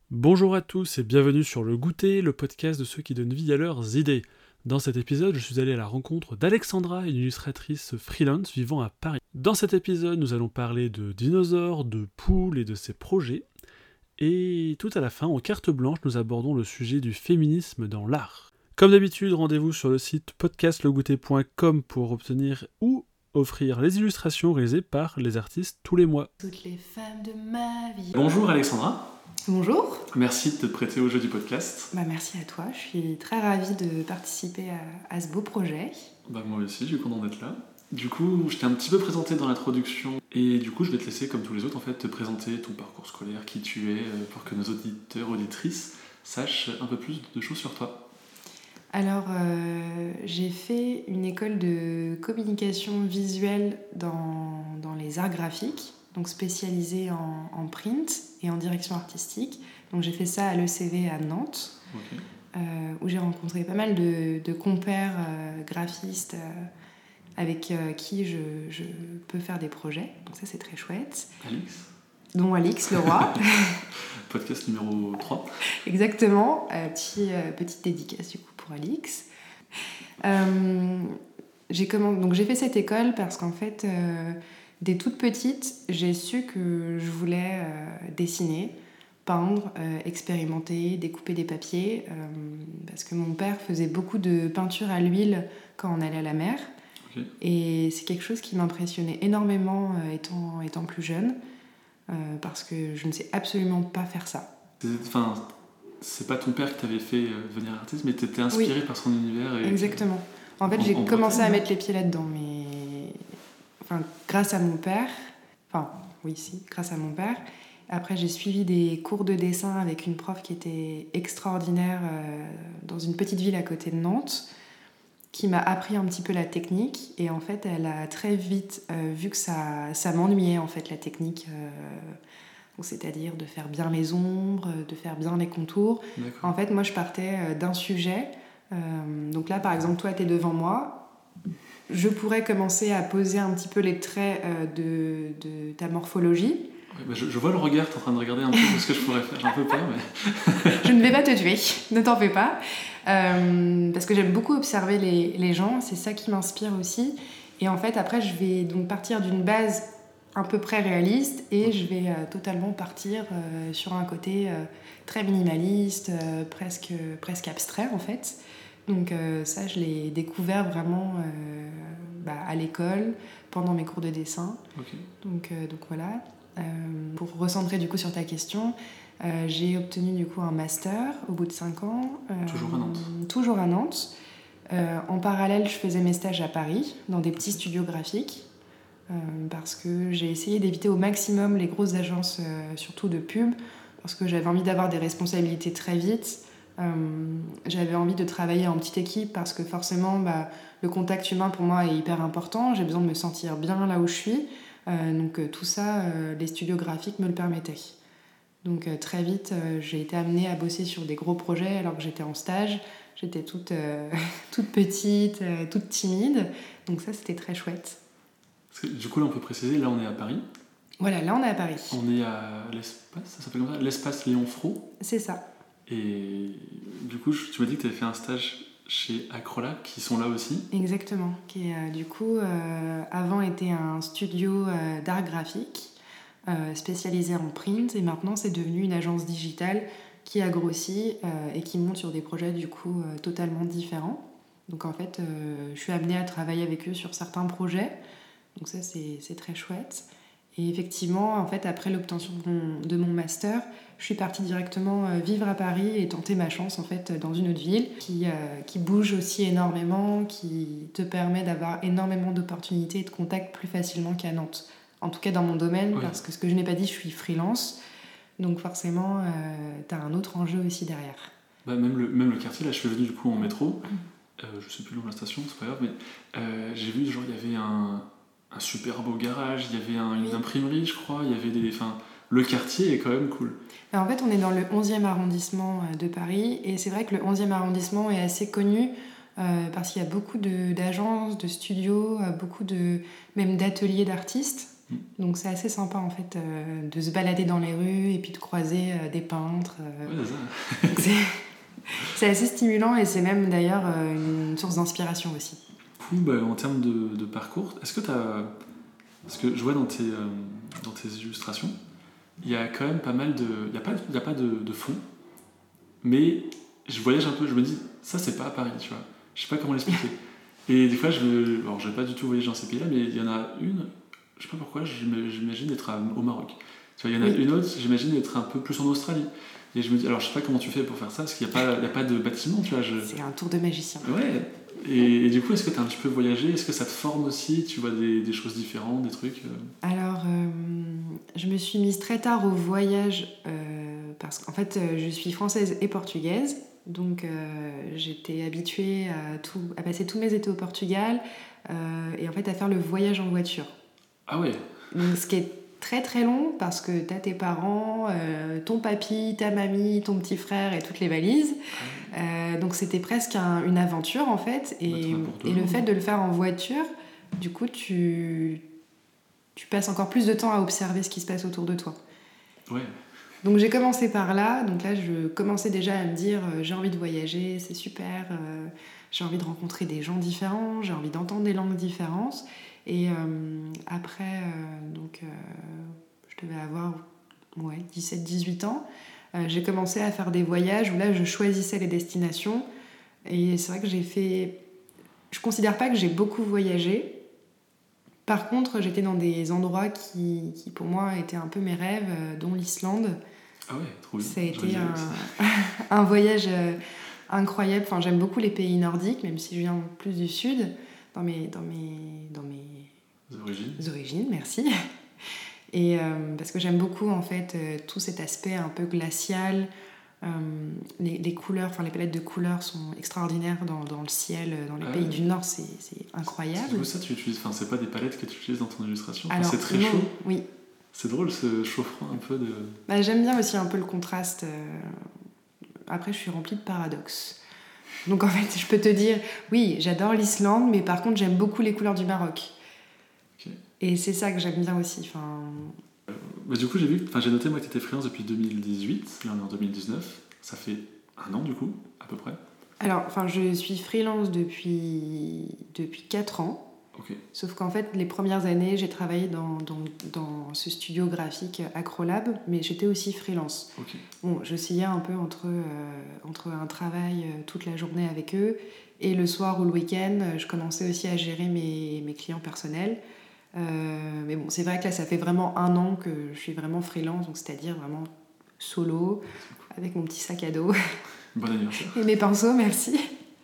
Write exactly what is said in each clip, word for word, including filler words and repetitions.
Bonjour à tous et bienvenue sur Le Goûter, le podcast de ceux qui donnent vie à leurs idées. Dans cet épisode, je suis allé à la rencontre d'Alexandra, une illustratrice freelance vivant à Paris. Dans cet épisode, nous allons parler de dinosaures, de poules et de ses projets. Et tout à la fin, en carte blanche, nous abordons le sujet du féminisme dans l'art. Comme d'habitude, rendez-vous sur le site podcast le goûter point com pour obtenir ou offrir les illustrations réalisées par les artistes tous les mois. Toutes les femmes de ma vie. Bonjour Alexandra. Bonjour. Merci de te prêter au jeu du podcast. Bah, merci à toi, je suis très ravie de participer à, à ce beau projet. Bah, moi aussi, je suis content d'être là. Du coup, je t'ai un petit peu présenté dans l'introduction et du coup, je vais te laisser, comme tous les autres, en fait, te présenter ton parcours scolaire, qui tu es, pour que nos auditeurs, auditrices sachent un peu plus de choses sur toi. Alors, euh, j'ai fait une école de communication visuelle dans, dans les arts graphiques, donc spécialisée en, en print et en direction artistique. Donc j'ai fait ça à l'E C V à Nantes, Okay. euh, où j'ai rencontré pas mal de, de compères euh, graphistes euh, avec euh, qui je, je peux faire des projets. Donc ça, c'est très chouette. Alix. Dont Alix Leroy. Podcast numéro trois. Exactement. Euh, petit, euh, petite dédicace du coup pour Alix. Euh, j'ai, command... Donc, j'ai fait cette école parce qu'en fait, euh, dès toute petite, j'ai su que je voulais euh, dessiner, peindre, euh, expérimenter, découper des papiers. Euh, parce que mon père faisait beaucoup de peinture à l'huile quand on allait à la mer. Okay. Et c'est quelque chose qui m'impressionnait énormément euh, étant, étant plus jeune. Euh, parce que je ne sais absolument pas faire ça. Enfin, c'est pas ton père qui t'avait fait devenir artiste, mais t'étais inspirée oui. par son univers. Et Exactement. En fait, en, j'ai en commencé Bretagne, à mettre les pieds là-dedans, mais enfin, grâce à mon père. Enfin, oui, si, grâce à mon père. Après, j'ai suivi des cours de dessin avec une prof qui était extraordinaire euh, dans une petite ville à côté de Nantes, qui m'a appris un petit peu la technique. Et en fait, elle a très vite euh, vu que ça, ça m'ennuyait, en fait, la technique. Euh, donc, c'est-à-dire de faire bien les ombres, de faire bien les contours. D'accord. En fait, moi, je partais euh, d'un sujet. Euh, donc là, par exemple, toi, tu es devant moi. Je pourrais commencer à poser un petit peu les traits euh, de, de ta morphologie. Ouais, bah je, je vois le regard, t'es en train de regarder un peu ce que je pourrais faire. J'ai un peu peur, mais... Je ne vais pas te tuer, ne t'en fais pas. Euh, parce que j'aime beaucoup observer les, les gens, c'est ça qui m'inspire aussi. Et en fait, après, je vais donc partir d'une base à peu près réaliste et je vais euh, totalement partir euh, sur un côté euh, très minimaliste, euh, presque, presque abstrait en fait. Donc euh, ça, je l'ai découvert vraiment euh, bah, à l'école, pendant mes cours de dessin. Okay. Donc, euh, donc voilà. Euh, pour recentrer du coup sur ta question, euh, j'ai obtenu du coup un master au bout de cinq ans. Euh, toujours à Nantes. Toujours à Nantes. Euh, en parallèle, je faisais mes stages à Paris, dans des petits studios graphiques, euh, parce que j'ai essayé d'éviter au maximum les grosses agences, euh, surtout de pub, parce que j'avais envie d'avoir des responsabilités très vite. Euh, j'avais envie de travailler en petite équipe parce que forcément bah, le contact humain pour moi est hyper important, j'ai besoin de me sentir bien là où je suis, euh, donc euh, tout ça euh, les studios graphiques me le permettaient. Donc euh, très vite euh, j'ai été amenée à bosser sur des gros projets alors que j'étais en stage, j'étais toute, euh, toute petite, euh, toute timide, donc ça c'était très chouette. Parce que, du coup là on peut préciser, là on est à Paris. Voilà, là on est à Paris. On est à l'espace, ça s'appelle comme ça, l'espace Léon Fro. C'est ça. Et du coup, tu m'as dit que tu avais fait un stage chez Acrola, qui sont là aussi. Exactement, qui euh, du coup, euh, avant était un studio euh, d'art graphique euh, spécialisé en print, et maintenant c'est devenu une agence digitale qui a grossi euh, et qui monte sur des projets du coup euh, totalement différents. Donc en fait, euh, je suis amenée à travailler avec eux sur certains projets, donc ça c'est, c'est très chouette. Et effectivement, en fait, après l'obtention de mon, de mon master, je suis partie directement vivre à Paris et tenter ma chance en fait, dans une autre ville qui, euh, qui bouge aussi énormément, qui te permet d'avoir énormément d'opportunités et de contacts plus facilement qu'à Nantes. En tout cas dans mon domaine, oui. Parce que ce que je n'ai pas dit, je suis freelance. Donc forcément, euh, tu as un autre enjeu aussi derrière. Bah, même, le, même le quartier, là je suis venu du coup en métro, euh, je sais plus où la station, c'est pas grave, mais euh, j'ai vu genre il y avait un... un super beau garage, il y avait un, une oui. imprimerie je crois, il y avait des... Enfin, le quartier est quand même cool. Alors, en fait on est dans le onzième arrondissement de Paris et c'est vrai que le onzième arrondissement est assez connu euh, parce qu'il y a beaucoup de, d'agences, de studios, beaucoup de, même d'ateliers d'artistes. Mmh. Donc c'est assez sympa en fait euh, de se balader dans les rues et puis de croiser euh, des peintres. Euh... Ouais, c'est ça. Donc c'est... c'est assez stimulant et c'est même d'ailleurs euh, une source d'inspiration aussi. Du coup, bah, en termes de, de parcours, est-ce que tu as... Parce que je vois dans tes, euh, dans tes illustrations, il y a quand même pas mal de... Il n'y a pas, il y a pas de, de fond, mais je voyage un peu, je me dis, ça c'est pas à Paris, tu vois. Je sais pas comment l'expliquer. Et des fois, je me... Alors, je vais pas du tout voyager dans ces pays-là, mais il y en a une, je sais pas pourquoi, j'imagine être à, au Maroc. Tu vois, il y en a oui. une autre, j'imagine être un peu plus en Australie. Et je me dis, alors je sais pas comment tu fais pour faire ça, parce qu'il n'y a, a pas de bâtiment, tu vois. Je... C'est un tour de magicien. Ouais. Et, et du coup, est-ce que tu as un petit peu voyagé? Est-ce que ça te forme aussi? Tu vois des, des choses différentes, des trucs euh... Alors, euh, je me suis mise très tard au voyage, euh, parce qu'en fait, je suis française et portugaise. Donc, euh, j'étais habituée à, tout, à passer tous mes étés au Portugal euh, et en fait à faire le voyage en voiture. Ah ouais. Donc, ce qui est très très long parce que t'as tes parents, euh, ton papy, ta mamie, ton petit frère et toutes les valises. Euh, donc c'était presque un, une aventure en fait. Et, et le fait de le faire en voiture, du coup tu, tu passes encore plus de temps à observer ce qui se passe autour de toi. Ouais. Donc j'ai commencé par là. Donc là je commençais déjà à me dire euh, j'ai envie de voyager, c'est super. Euh, j'ai envie de rencontrer des gens différents, j'ai envie d'entendre des langues différentes. Et euh, après, euh, donc, euh, je devais avoir ouais, dix-sept dix-huit ans, euh, j'ai commencé à faire des voyages où là, je choisissais les destinations. Et c'est vrai que j'ai fait... Je ne considère pas que j'ai beaucoup voyagé. Par contre, j'étais dans des endroits qui, qui pour moi, étaient un peu mes rêves, euh, dont l'Islande. Ah ouais, trop bien. Ça a été un, un voyage euh, incroyable. Enfin, j'aime beaucoup les pays nordiques, même si je viens plus du sud. Dans mes, dans mes, dans mes origines. origines, merci. Et euh, parce que j'aime beaucoup en fait euh, tout cet aspect un peu glacial. Euh, les, les couleurs, enfin les palettes de couleurs sont extraordinaires dans, dans le ciel, dans les ah pays ouais. du Nord, c'est, c'est incroyable. C'est ça tu utilises, enfin c'est pas des palettes que tu utilises dans ton illustration. Alors, enfin, c'est très non, chaud. Oui. C'est drôle ce chaud-froid un peu de. Bah, j'aime bien aussi un peu le contraste. Après, je suis remplie de paradoxes. Donc en fait, je peux te dire, oui, j'adore l'Islande, mais par contre, j'aime beaucoup les couleurs du Maroc. Okay. Et c'est ça que j'aime bien aussi. Enfin... Euh, bah, du coup, j'ai vu, j'ai noté moi que tu étais freelance depuis deux mille dix-huit, là on est en deux mille dix-neuf. Ça fait un an du coup, à peu près. Alors, enfin, je suis freelance depuis, depuis quatre ans. Okay. Sauf qu'en fait, les premières années, j'ai travaillé dans, dans, dans ce studio graphique Acrolab, mais j'étais aussi freelance. Okay. Bon, j'oscillais un peu entre, euh, entre un travail euh, toute la journée avec eux et le soir ou le week-end, je commençais aussi à gérer mes, mes clients personnels. Euh, mais bon, c'est vrai que là, ça fait vraiment un an que je suis vraiment freelance, donc c'est-à-dire vraiment solo, avec mon petit sac à dos. Bon anniversaire. Et mes pinceaux, merci.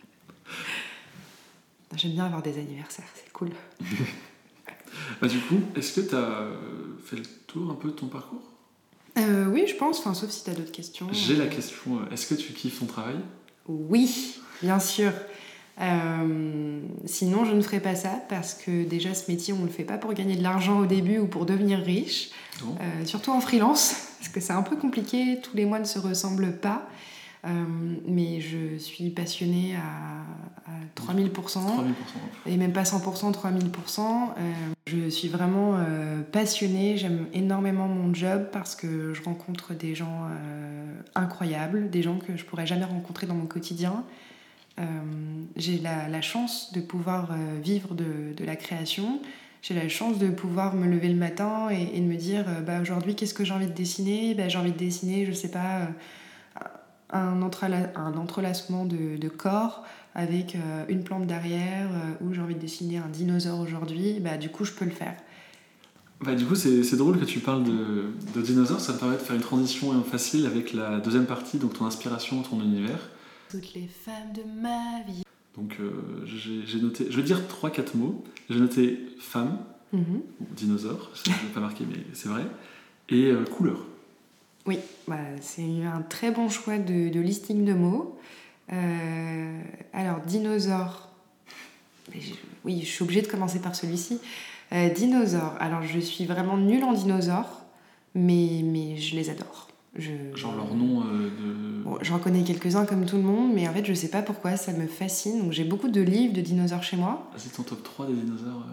J'aime bien avoir des anniversaires, c'est cool. Bah, du coup, est-ce que tu as fait le tour un peu de ton parcours ? euh, Oui, je pense, enfin, sauf si tu as d'autres questions. J'ai la question, est-ce que tu kiffes ton travail ? Oui, bien sûr. Euh, sinon, je ne ferais pas ça parce que déjà, ce métier, on ne le fait pas pour gagner de l'argent au début ou pour devenir riche. Euh, surtout en freelance, parce que c'est un peu compliqué, tous les mois ne se ressemblent pas. Euh, mais je suis passionnée à, à trois mille pour cent, trois mille pour cent. Et même pas cent pour cent, trois mille pour cent. Euh, je suis vraiment euh, passionnée, j'aime énormément mon job parce que je rencontre des gens euh, incroyables, des gens que je pourrais jamais rencontrer dans mon quotidien. Euh, j'ai la, la chance de pouvoir euh, vivre de, de la création. J'ai la chance de pouvoir me lever le matin et, et de me dire euh, bah, aujourd'hui, qu'est-ce que j'ai envie de dessiner ? Bah, j'ai envie de dessiner, je sais pas... Euh, Un, entrela- un entrelacement de, de corps avec euh, une plante derrière euh, où j'ai envie de dessiner un dinosaure aujourd'hui, bah, du coup je peux le faire. Bah, du coup c'est, c'est drôle que tu parles de, de dinosaures, ça me permet de faire une transition facile avec la deuxième partie, donc ton inspiration, ton univers. Toutes les femmes de ma vie. Donc euh, j'ai, j'ai noté, je vais dire trois quatre mots. J'ai noté femme, mm-hmm. ou dinosaure, je ne l'ai pas marqué mais c'est vrai, et euh, couleur. Oui, bah, c'est un très bon choix de, de listing de mots. Euh, alors, dinosaure. Je, oui, je suis obligée de commencer par celui-ci. Euh, dinosaure. Alors, je suis vraiment nulle en dinosaures, mais, mais je les adore. Je, Genre leur nom euh, de... Bon, j'en connais quelques-uns comme tout le monde, mais en fait, je sais pas pourquoi, ça me fascine. Donc, j'ai beaucoup de livres de dinosaures chez moi. Ah, c'est ton top trois des dinosaures euh,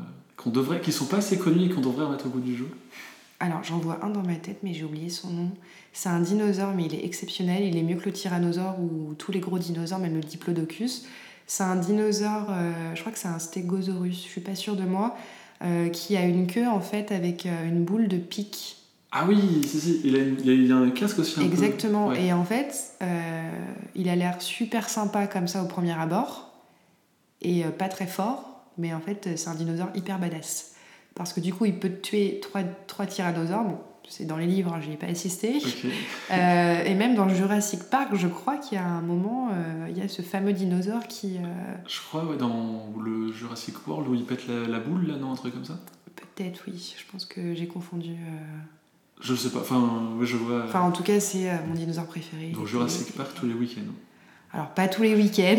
qu'on devrait, qui sont pas assez connus et qu'on devrait remettre au goût du jour? Alors, j'en vois un dans ma tête, mais j'ai oublié son nom. C'est un dinosaure, mais il est exceptionnel. Il est mieux que le tyrannosaure ou tous les gros dinosaures, même le diplodocus. C'est un dinosaure, euh, je crois que c'est un stégosaurus, je suis pas sûre de moi, euh, qui a une queue en fait avec euh, une boule de pique. Ah oui, si, si, il a, une, il a un casque aussi un Exactement. peu. Ouais. Et en fait, euh, il a l'air super sympa comme ça au premier abord, et euh, pas très fort, mais en fait, c'est un dinosaure hyper badass. Parce que du coup, il peut tuer trois, trois tyrannosaures. Bon, c'est dans les livres, hein, je n'y ai pas assisté. Okay. Euh, et même dans Jurassic Park, je crois qu'il y a un moment, euh, il y a ce fameux dinosaure qui... Euh... Je crois, ouais, dans le Jurassic World, où il pète la, la boule, là, non, un truc comme ça? Peut-être, oui. Je pense que j'ai confondu... Euh... Je sais pas, enfin, ouais, je vois... Enfin, en tout cas, c'est euh, mon dinosaure préféré. Dans Jurassic Park, tous les week-ends. Alors, pas tous les week-ends.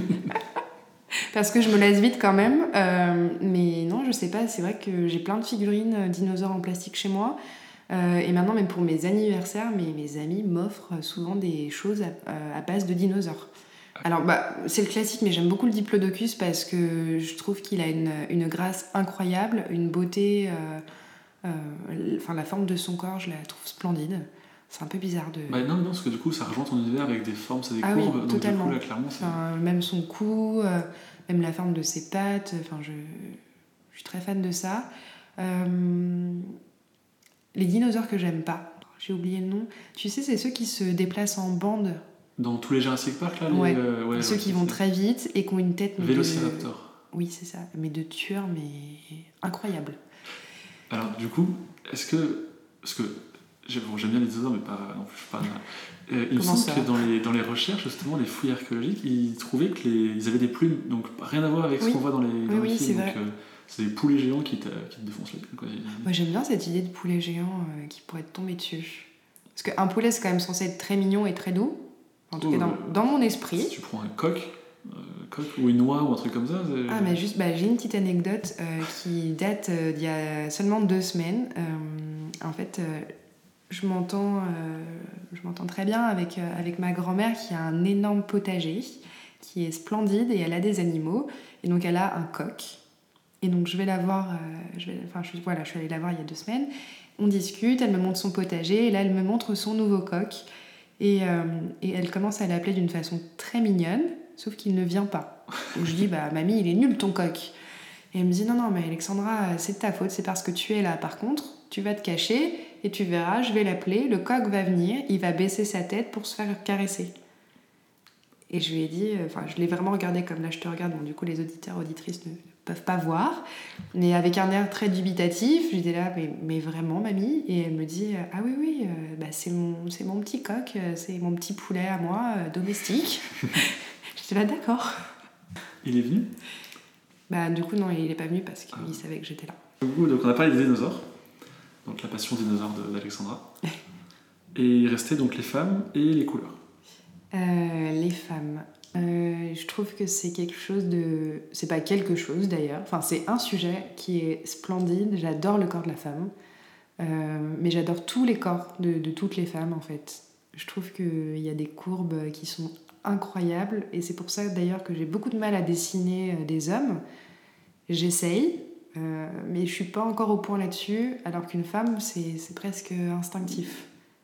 Parce que je me laisse vite quand même. Euh, mais non, je sais pas, c'est vrai que j'ai plein de figurines euh, dinosaures en plastique chez moi. Euh, et maintenant, même pour mes anniversaires, mes, mes amis m'offrent souvent des choses à, à base de dinosaures. Alors, bah, c'est le classique, mais j'aime beaucoup le diplodocus parce que je trouve qu'il a une, une grâce incroyable, une beauté. Euh, euh, enfin, la forme de son corps, je la trouve splendide. C'est un peu bizarre de... Bah non, non, parce que du coup, ça rejoint ton univers avec des formes, c'est des ah courbes. oui, donc totalement. Du coup, là, clairement, c'est... Enfin, même son cou, euh, même la forme de ses pattes. Enfin, je, je suis très fan de ça. Euh, les dinosaures que j'aime pas, j'ai oublié le nom. Tu sais, c'est ceux qui se déplacent en bande. Dans tous les Jurassic Park, là, ouais. les, euh, ouais, ceux ouais, qui vont c'est... très vite et qui ont une tête... Vélociraptor. De... Oui, c'est ça. Mais de tueurs, mais incroyable. Alors, du coup, est-ce que... Parce que bon, j'aime bien les dinosaures, mais pas non plus. Pas, euh, il Comment me semble ça que dans les, dans les recherches, justement, les fouilles archéologiques, ils trouvaient qu'ils avaient des plumes, donc rien à voir avec oui. ce qu'on voit dans les, dans oui, les oui, films. C'est donc, vrai. euh, c'est des poulets géants qui te, qui te défoncent les plumes. Quoi. Moi, j'aime bien cette idée de poulet géant euh, qui pourrait te tomber dessus. Parce qu'un poulet, c'est quand même censé être très mignon et très doux. En tout oh, cas, dans, euh, dans mon esprit. Si tu prends un coq, euh, coq ou une oie ou un truc comme ça. C'est... Ah, mais juste, bah, j'ai une petite anecdote euh, qui date euh, d'il y a seulement deux semaines. Euh, en fait, euh, je, m'entends, euh, je m'entends très bien avec, euh, avec ma grand-mère qui a un énorme potager, qui est splendide et elle a des animaux. Et donc, elle a un coq. Et donc, je vais la voir, euh, je vais, enfin, je, voilà, je suis allée la voir il y a deux semaines. On discute, elle me montre son potager et là, elle me montre son nouveau coq. Et, euh, et elle commence à l'appeler d'une façon très mignonne, sauf qu'il ne vient pas. Donc je dis, bah mamie, il est nul ton coq. Et elle me dit, non, non, mais Alexandra, c'est de ta faute, c'est parce que tu es là. Par contre, tu vas te cacher et tu verras, je vais l'appeler, le coq va venir, il va baisser sa tête pour se faire caresser. Et je lui ai dit, enfin, je l'ai vraiment regardé comme là je te regarde, bon, du coup, les auditeurs, auditrices ne peuvent pas voir, mais avec un air très dubitatif, j'étais là, mais, mais vraiment, mamie? Et elle me dit, ah oui, oui, euh, bah, c'est, mon, c'est mon petit coq, c'est mon petit poulet à moi, euh, domestique. J'étais là, d'accord. Il est venu? Bah, du coup, non, il n'est pas venu parce qu'il ah. savait que j'étais là. Donc, on a parlé des dinosaures, donc la passion dinosaure de, d'Alexandra. Et il restait donc les femmes et les couleurs. Euh, les femmes. Euh, je trouve que c'est quelque chose de... C'est pas quelque chose d'ailleurs. Enfin, c'est un sujet qui est splendide. J'adore le corps de la femme. Euh, mais j'adore tous les corps de, de toutes les femmes en fait. Je trouve qu'il y a des courbes qui sont incroyables. Et c'est pour ça d'ailleurs que j'ai beaucoup de mal à dessiner des hommes. J'essaye. Euh, mais je suis pas encore au point là-dessus. Alors qu'une femme, c'est, c'est presque instinctif.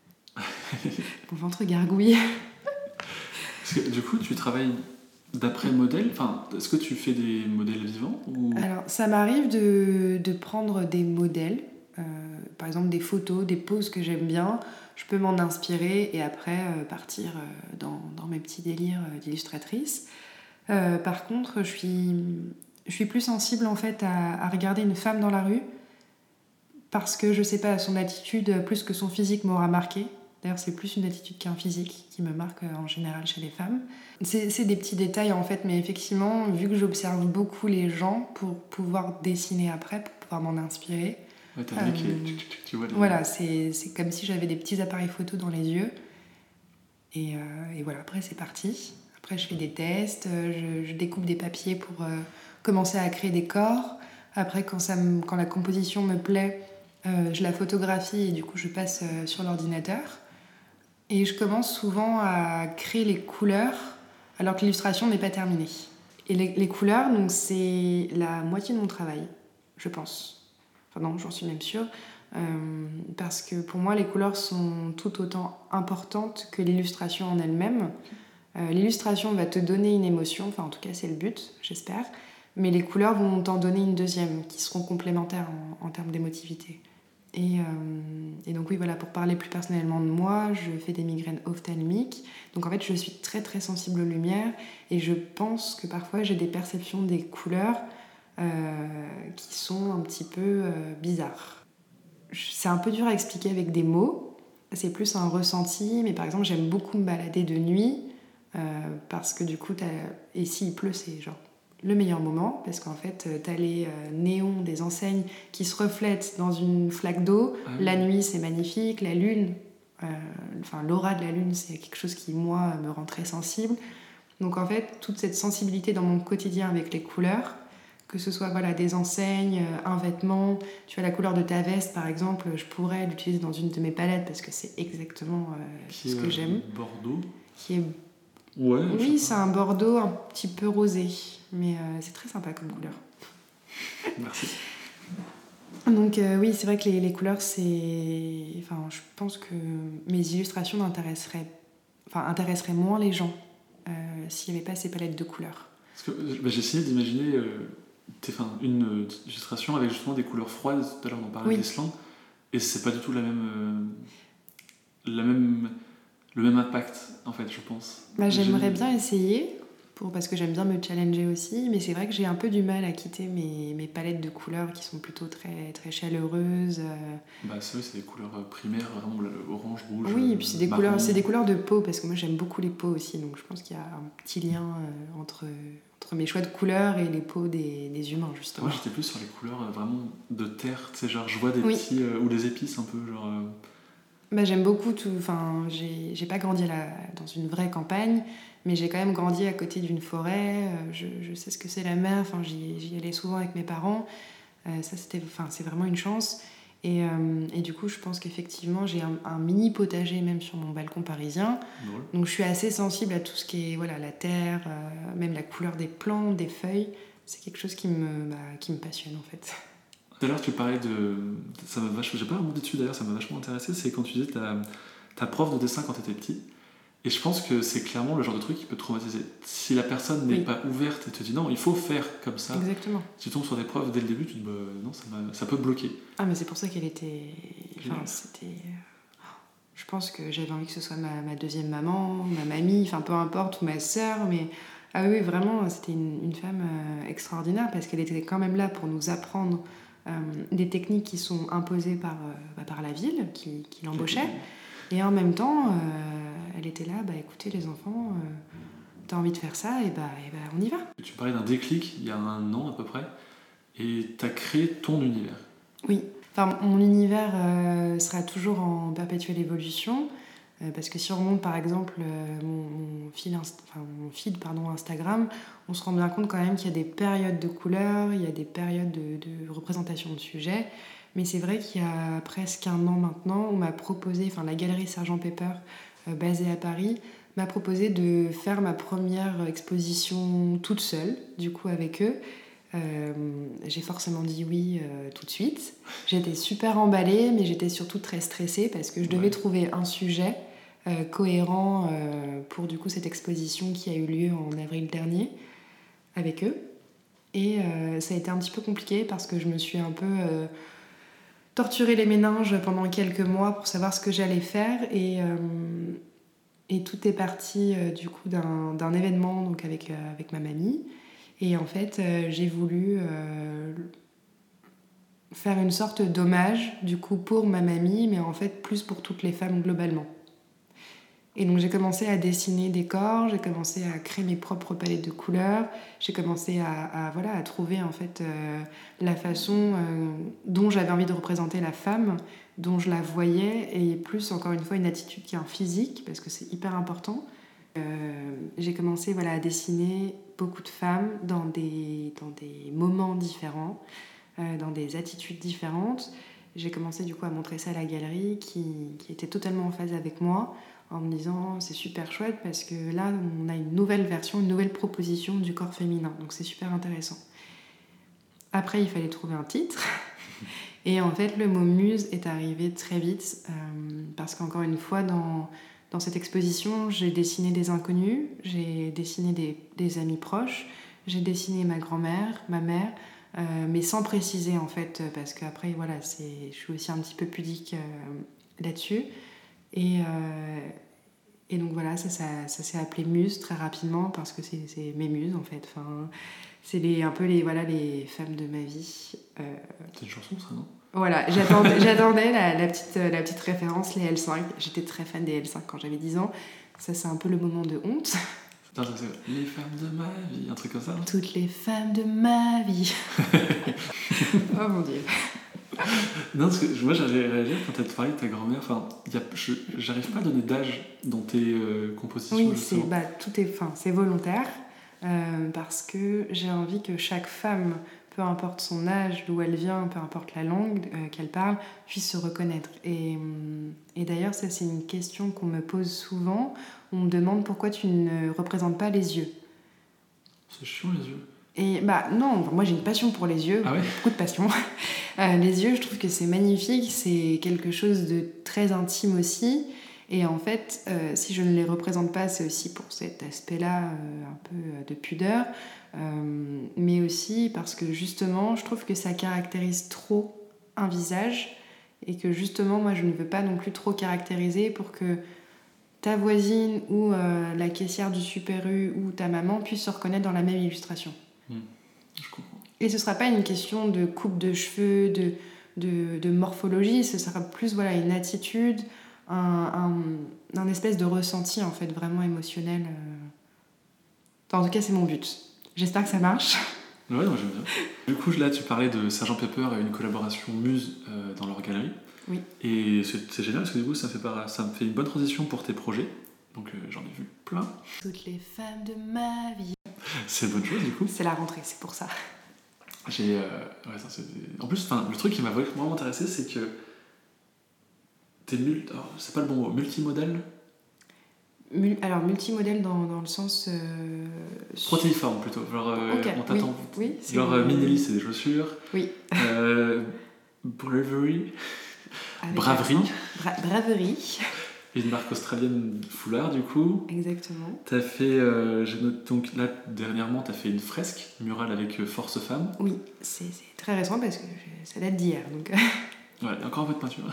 Mon ventre gargouille. Parce que du coup, tu travailles d'après modèle, enfin, est-ce que tu fais des modèles vivants ou... Alors, ça m'arrive de, de prendre des modèles, euh, par exemple des photos, des poses que j'aime bien, je peux m'en inspirer et après euh, partir euh, dans, dans mes petits délires euh, d'illustratrice. Euh, par contre, je suis, je suis plus sensible en fait à, à regarder une femme dans la rue parce que je sais pas, son attitude plus que son physique m'aura marqué. D'ailleurs, c'est plus une attitude qu'un physique qui me marque en général chez les femmes. C'est, c'est des petits détails en fait, mais effectivement, vu que j'observe beaucoup les gens pour pouvoir dessiner après, pour pouvoir m'en inspirer. Ouais, t'as euh, vu que tu, tu, tu vois les... Voilà, c'est, c'est comme si j'avais des petits appareils photo dans les yeux. Et, euh, et voilà, après c'est parti. Après, je fais des tests, je, je découpe des papiers pour euh, commencer à créer des corps. Après, quand, ça me, quand la composition me plaît, euh, je la photographie et du coup, je passe euh, sur l'ordinateur. Et je commence souvent à créer les couleurs alors que l'illustration n'est pas terminée. Et les, les couleurs, donc, c'est la moitié de mon travail. je pense. Enfin non, j'en suis même sûre. Euh, parce que pour moi, les couleurs sont tout autant importantes que l'illustration en elle-même. Euh, l'illustration va te donner une émotion, enfin en tout cas c'est le but, j'espère, mais les couleurs vont t'en donner une deuxième, qui seront complémentaires en, en termes d'émotivité. Et, euh, et donc oui, voilà, pour parler plus personnellement de moi, je fais des migraines ophtalmiques, donc en fait je suis très très sensible aux lumières, et je pense que parfois j'ai des perceptions des couleurs euh, qui sont un petit peu euh, bizarres. C'est un peu dur à expliquer avec des mots, c'est plus un ressenti, mais par exemple j'aime beaucoup me balader de nuit, euh, parce que du coup, t'as... et s'il pleut, c'est genre le meilleur moment, parce qu'en fait, t'as les euh, néons des enseignes qui se reflètent dans une flaque d'eau. Ah oui. La nuit, c'est magnifique. La lune, euh, enfin l'aura de la lune, c'est quelque chose qui, moi, me rend très sensible. Donc en fait, toute cette sensibilité dans mon quotidien avec les couleurs, que ce soit voilà, des enseignes, un vêtement, tu vois la couleur de ta veste par exemple, je pourrais l'utiliser dans une de mes palettes parce que c'est exactement euh, ce que euh, j'aime. Bordeaux. Qui est... Ouais, oui, c'est un bordeaux un petit peu rosé, mais euh, c'est très sympa comme couleur. Merci. Donc euh, oui, c'est vrai que les, les couleurs, c'est... Enfin, je pense que mes illustrations m'intéresseraient... Enfin, intéresseraient moins les gens euh, s'il n'y avait pas ces palettes de couleurs. Parce que bah, j'ai essayé d'imaginer euh, enfin, une euh, illustration avec justement des couleurs froides. Tout à l'heure, on en parlait oui. d'Islande. Et c'est pas du tout la même, euh, la même, le même impact, en fait, je pense. Bah, j'aimerais j'ai... bien essayer, pour, parce que j'aime bien me challenger aussi, mais c'est vrai que j'ai un peu du mal à quitter mes, mes palettes de couleurs qui sont plutôt très, très chaleureuses. Bah, c'est vrai, c'est des couleurs primaires, vraiment orange, rouge. Oui, et puis c'est des, couleurs, c'est des couleurs de peau, parce que moi j'aime beaucoup les peaux aussi, donc je pense qu'il y a un petit lien euh, entre... entre mes choix de couleurs et les peaux des, des humains, justement. Moi, j'étais plus sur les couleurs euh, vraiment de terre, tu sais, genre, je vois des oui. petits... Euh, ou des épices, un peu, genre... Euh... Bah, j'aime beaucoup tout... Enfin, j'ai, j'ai pas grandi là, dans une vraie campagne, mais j'ai quand même grandi à côté d'une forêt, euh, je, je sais ce que c'est la mer, enfin, j'y, j'y allais souvent avec mes parents, euh, ça, c'était... Enfin, c'est vraiment une chance. Et, euh, et du coup, je pense qu'effectivement, j'ai un, un mini potager même sur mon balcon parisien. Ouais. Donc, je suis assez sensible à tout ce qui est voilà, la terre, euh, même la couleur des plantes, des feuilles. C'est quelque chose qui me, bah, qui me passionne, en fait. Tout à l'heure, tu parlais de... Ça m'a vachement... J'ai pas remonté dessus, d'ailleurs, ça m'a vachement intéressé. C'est quand tu disais ta, ta prof de dessin quand tu étais petit. Et je pense que c'est clairement le genre de truc qui peut te traumatiser. Si la personne n'est oui. pas ouverte et te dit non, il faut faire comme ça. Exactement. Si tu tombes sur des profs dès le début, tu te dis bah, non, ça, ça peut te bloquer. Ah, mais c'est pour ça qu'elle était. Enfin, c'était. Je pense que j'avais envie que ce soit ma, ma deuxième maman, ma mamie, enfin peu importe, ou ma sœur, mais. Ah oui, vraiment, c'était une, une femme euh, extraordinaire parce qu'elle était quand même là pour nous apprendre euh, des techniques qui sont imposées par, euh, bah, par la ville qui, qui l'embauchait. Et en même temps, euh, elle était là, bah écoutez les enfants, euh, t'as envie de faire ça, et bah, et bah on y va. Tu parlais d'un déclic il y a un an à peu près, et t'as créé ton univers. Oui, enfin mon univers euh, sera toujours en perpétuelle évolution, euh, parce que si on remonte par exemple euh, mon, mon, fil inst- enfin, mon feed pardon, Instagram, on se rend bien compte quand même qu'il y a des périodes de couleurs, il y a des périodes de, de représentation de sujets. Mais c'est vrai qu'il y a presque un an maintenant, on m'a proposé, enfin la galerie Sergent Pepper, euh, basée à Paris, m'a proposé de faire ma première exposition toute seule, du coup avec eux. Euh, j'ai forcément dit oui euh, tout de suite. J'étais super emballée, mais j'étais surtout très stressée parce que je devais ouais. trouver un sujet euh, cohérent euh, pour du coup cette exposition qui a eu lieu en avril dernier avec eux. Et euh, ça a été un petit peu compliqué parce que je me suis un peu... Euh, torturer les méninges pendant quelques mois pour savoir ce que j'allais faire et, euh, et tout est parti euh, du coup d'un, d'un événement donc avec, euh, avec ma mamie et en fait euh, j'ai voulu euh, faire une sorte d'hommage du coup pour ma mamie mais en fait plus pour toutes les femmes globalement. Et donc j'ai commencé à dessiner des corps, j'ai commencé à créer mes propres palettes de couleurs, j'ai commencé à, à, voilà, à trouver en fait euh, la façon euh, dont j'avais envie de représenter la femme, dont je la voyais, et plus encore une fois une attitude qui est un physique, parce que c'est hyper important. Euh, j'ai commencé voilà, à dessiner beaucoup de femmes dans des, dans des moments différents, euh, dans des attitudes différentes. J'ai commencé du coup à montrer ça à la galerie qui, qui était totalement en phase avec moi, en me disant c'est super chouette parce que là on a une nouvelle version, une nouvelle proposition du corps féminin, donc c'est super intéressant. Après, il fallait trouver un titre. Et en fait, le mot muse est arrivé très vite, euh, parce qu'encore une fois, dans, dans cette exposition, j'ai dessiné des inconnus, j'ai dessiné des, des amis proches, j'ai dessiné ma grand-mère, ma mère, euh, mais sans préciser en fait, parce qu'après, voilà, c'est, je suis aussi un petit peu pudique euh, là-dessus. Et, euh, et donc voilà, ça, ça, ça s'est appelé muse très rapidement, parce que c'est, c'est mes muses en fait. Enfin, c'est les, un peu les, voilà, les femmes de ma vie. Euh... C'est une chanson, ça, non? Voilà, j'attendais, j'attendais la, la, petite, la petite référence, les L cinq. J'étais très fan des L cinq quand j'avais dix ans. Ça, c'est un peu le moment de honte. Non, ça, c'est les femmes de ma vie, un truc comme ça. Toutes les femmes de ma vie. Oh mon Dieu. Non, parce que moi, j'avais réagi quand t'as parlé de ta grand-mère. Enfin, y a, je, j'arrive pas à donner d'âge dans tes euh, compositions. Oui, c'est, bah, tout est, fin, c'est volontaire. Euh, parce que j'ai envie que chaque femme, peu importe son âge, d'où elle vient, peu importe la langue euh, qu'elle parle, puisse se reconnaître. Et, et d'ailleurs, ça, c'est une question qu'on me pose souvent. On me demande pourquoi tu ne représentes pas les yeux. C'est chiant, les yeux. Et bah non, moi j'ai une passion pour les yeux, ah ouais beaucoup de passion. Euh, les yeux, je trouve que c'est magnifique, c'est quelque chose de très intime aussi. Et en fait, euh, si je ne les représente pas, c'est aussi pour cet aspect-là, euh, un peu euh, de pudeur. Euh, mais aussi parce que justement, je trouve que ça caractérise trop un visage. Et que justement, moi, je ne veux pas non plus trop caractériser pour que ta voisine ou euh, la caissière du Super U ou ta maman puissent se reconnaître dans la même illustration. Mmh, je comprends. Et ce ne sera pas une question de coupe de cheveux, de, de, de morphologie, ce sera plus voilà, une attitude, un, un, un espèce de ressenti en fait, vraiment émotionnel. Enfin, en tout cas, c'est mon but. J'espère que ça marche. Ouais, non, j'aime bien. Du coup, là, tu parlais de sergent Pepper et une collaboration Muse euh, dans leur galerie. Oui. Et c'est, c'est génial parce que du coup, ça, fait par, ça me fait une bonne transition pour tes projets. Donc, euh, j'en ai vu plein. Toutes les femmes de ma vie. C'est une bonne chose, du coup. C'est la rentrée, c'est pour ça. J'ai, euh, ouais, ça, c'est... En plus, le truc qui m'a vraiment intéressé, c'est que t'es mul... Alors, c'est pas le bon mot, multimodal. Mul... Alors, multimodèle dans, dans le sens... Euh... Protéiforme, plutôt. Genre, euh, okay. on t'attend... Oui, oui, c'est genre, le... Minelli, c'est des chaussures. Oui. Euh, bravery. Avec braverie. Bra- braverie. Une marque australienne foulard, du coup. Exactement. T'as fait, euh, j'ai noté, donc là, dernièrement, t'as fait une fresque murale avec euh, Force Femmes. Oui, c'est, c'est très récent parce que je, ça date d'hier. Donc... ouais, encore un peu de peinture.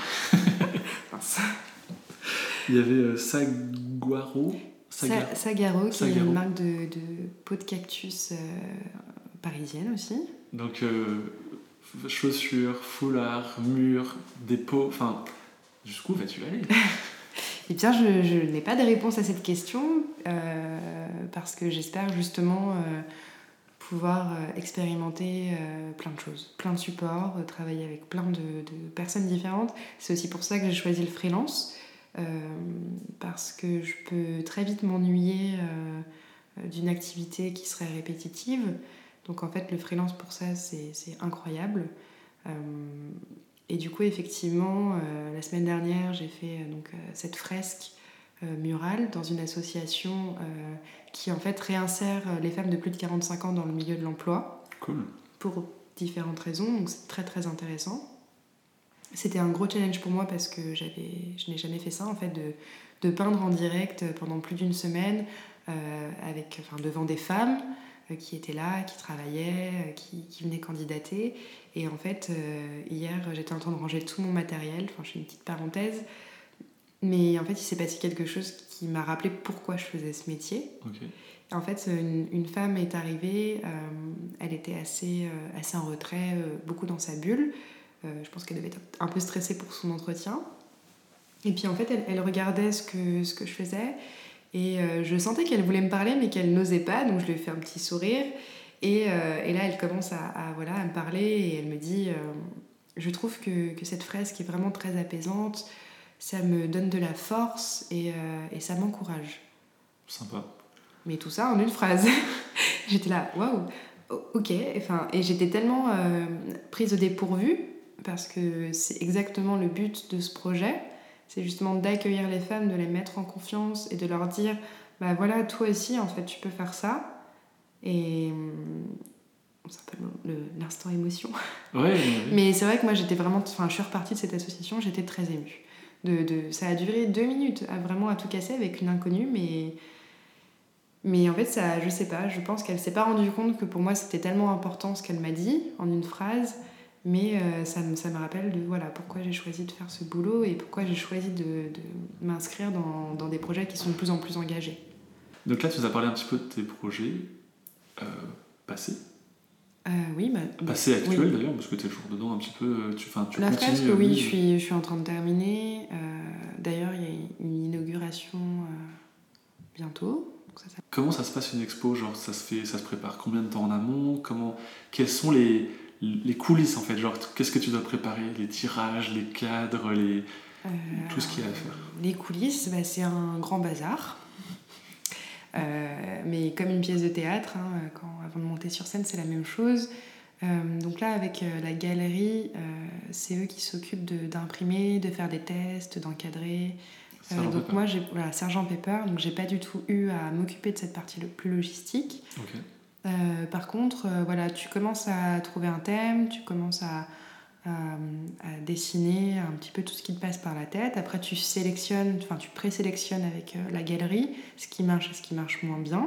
Il y avait euh, Saguaro. Sagaro, Sa- Sagaro, qui Sagaro. est une marque de, de peau de cactus euh, parisienne aussi. Donc, euh, chaussures, foulards, murs, des pots, enfin, jusqu'où vas-tu aller? Eh bien, je, je n'ai pas de réponse à cette question, euh, parce que j'espère justement euh, pouvoir euh, expérimenter euh, plein de choses, plein de supports, euh, travailler avec plein de, de personnes différentes. C'est aussi pour ça que j'ai choisi le freelance, euh, parce que je peux très vite m'ennuyer euh, d'une activité qui serait répétitive. Donc en fait, le freelance pour ça, c'est, c'est incroyable. Euh, Et du coup, effectivement, euh, la semaine dernière, j'ai fait euh, donc, euh, cette fresque euh, murale dans une association euh, qui en fait réinsère les femmes de plus de quarante-cinq ans dans le milieu de l'emploi. Cool. Pour différentes raisons, donc c'est très très intéressant. C'était un gros challenge pour moi parce que j'avais, je n'ai jamais fait ça en fait, de, de peindre en direct pendant plus d'une semaine euh, avec, enfin, devant des femmes qui étaient là, qui travaillaient, qui, qui venaient candidater. Et en fait, euh, hier, j'étais en train de ranger tout mon matériel. Enfin, je fais une petite parenthèse. Mais en fait, il s'est passé quelque chose qui m'a rappelé pourquoi je faisais ce métier. Okay. En fait, une, une femme est arrivée. Euh, elle était assez, euh, assez en retrait, euh, beaucoup dans sa bulle. Euh, je pense qu'elle devait être un peu stressée pour son entretien. Et puis, en fait, elle, elle regardait ce que, ce que je faisais. Et euh, je sentais qu'elle voulait me parler, mais qu'elle n'osait pas. Donc, je lui ai fait un petit sourire. Et, euh, et là, elle commence à, à, voilà, à me parler et elle me dit euh, « Je trouve que, que cette fresque est vraiment très apaisante, ça me donne de la force et, euh, et ça m'encourage. » Sympa. Mais tout ça en une phrase. J'étais là « Waouh, ok. » Enfin, et j'étais tellement euh, prise au dépourvu parce que c'est exactement le but de ce projet. C'est justement d'accueillir les femmes, de les mettre en confiance et de leur dire « Bah voilà, toi aussi, en fait, tu peux faire ça. » Et, on s'appelle le, l'instant émotion. Ouais, ouais, ouais. Mais c'est vrai que moi, j'étais vraiment... Enfin, je suis repartie de cette association, j'étais très émue. De, de, ça a duré deux minutes, à, vraiment à tout casser avec une inconnue, mais... Mais en fait, ça, je sais pas, je pense qu'elle s'est pas rendue compte que pour moi, c'était tellement important ce qu'elle m'a dit, en une phrase, mais euh, ça, me, ça me rappelle de voilà, pourquoi j'ai choisi de faire ce boulot et pourquoi j'ai choisi de, de m'inscrire dans, dans des projets qui sont de plus en plus engagés. Donc là, tu nous as parlé un petit peu de tes projets euh, passés. Euh, oui, bah, Passés actuels oui. D'ailleurs, parce que tu es toujours dedans un petit peu. Tu, tu La continues. fresque, euh, oui, je suis, je suis en train de terminer. Euh, d'ailleurs, il y a une inauguration euh, bientôt. Donc ça, ça... Comment ça se passe une expo? Genre, ça se fait, ça se prépare combien de temps en amont? Comment, quelles sont les, les coulisses en fait? Genre, qu'est-ce que tu dois préparer? Les tirages, les cadres, les... Euh, tout ce qu'il y a à faire. Les coulisses, bah, c'est un grand bazar. Euh, mais comme une pièce de théâtre, hein, quand, avant de monter sur scène, c'est la même chose. Euh, donc là, avec euh, la galerie, euh, c'est eux qui s'occupent de, d'imprimer, de faire des tests, d'encadrer. Euh, donc Pepper. Moi, j'ai voilà, Sergent Pepper, donc j'ai pas du tout eu à m'occuper de cette partie le plus logistique. Okay. Euh, par contre, euh, voilà, tu commences à trouver un thème, tu commences à, à, à dessiner un petit peu tout ce qui te passe par la tête. Après, tu sélectionnes, enfin, tu présélectionnes avec euh, la galerie ce qui marche et ce qui marche moins bien.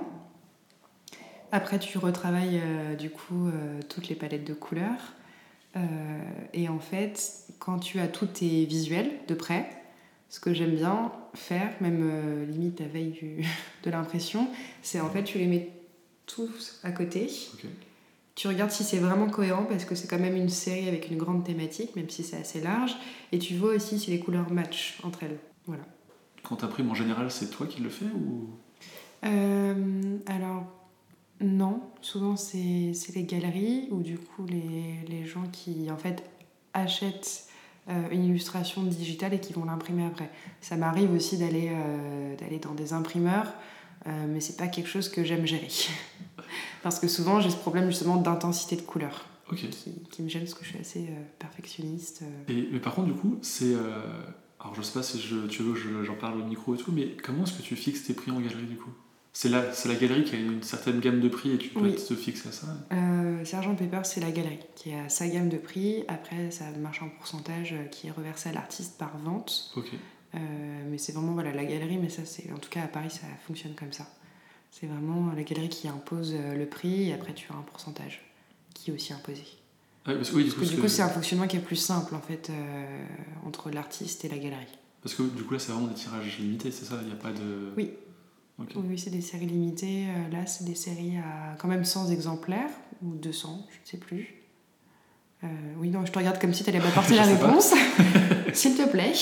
Après, tu retravailles euh, du coup euh, toutes les palettes de couleurs. Euh, et en fait, quand tu as tous tes visuels de près, ce que j'aime bien faire, même euh, limite la veille du, de l'impression, c'est en fait tu les mets tous à côté. Okay. Tu regardes si c'est vraiment cohérent parce que c'est quand même une série avec une grande thématique, même si c'est assez large. Et tu vois aussi si les couleurs matchent entre elles. Voilà. Quand tu imprimes en général, c'est toi qui le fais ou... euh, Alors, non. Souvent, c'est, c'est les galeries ou du coup les, les gens qui en fait achètent euh, une illustration digitale et qui vont l'imprimer après. Ça m'arrive aussi d'aller, euh, d'aller dans des imprimeurs, euh, mais c'est pas quelque chose que j'aime gérer. Parce que souvent, j'ai ce problème justement d'intensité de couleur okay. qui, qui me gêne parce que je suis assez euh, perfectionniste. Euh. Et, mais par contre, du coup, c'est... Euh... Alors, je sais pas si je, tu veux que je, j'en parle au micro et tout, mais comment est-ce que tu fixes tes prix en galerie, du coup? C'est la, c'est la galerie qui a une certaine gamme de prix et tu dois oui. te fixer à ça? euh, Sergent Pepper, c'est la galerie qui a sa gamme de prix. Après, ça marche en pourcentage qui est reversé à l'artiste par vente. Okay. Euh, mais c'est vraiment voilà, la galerie, mais ça, c'est, en tout cas à Paris, ça fonctionne comme ça. C'est vraiment la galerie qui impose le prix et après tu as un pourcentage qui est aussi imposé. Ouais, parce que, oui, du parce coup, que du coup, c'est un fonctionnement qui est plus simple en fait euh, entre l'artiste et la galerie. Parce que du coup là, c'est vraiment des tirages limités, c'est ça? Il n'y a pas de... Oui. Okay. Oui, c'est des séries limitées. Là, c'est des séries à quand même cent exemplaires ou deux cents, je ne sais plus. Euh, oui, non, je te regarde comme si tu allais m'apporter la réponse. S'il te plaît.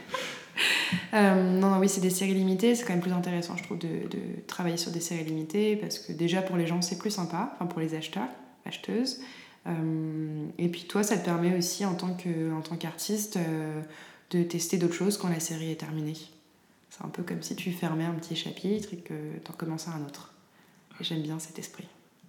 Euh, non, non, oui, c'est des séries limitées. C'est quand même plus intéressant, je trouve, de, de travailler sur des séries limitées parce que déjà pour les gens, c'est plus sympa, enfin pour les acheteurs, acheteuses. Euh, et puis toi, ça te permet aussi en tant, que, en tant qu'artiste euh, de tester d'autres choses quand la série est terminée. C'est un peu comme si tu fermais un petit chapitre et que tu en commençais un autre. Et j'aime bien cet esprit.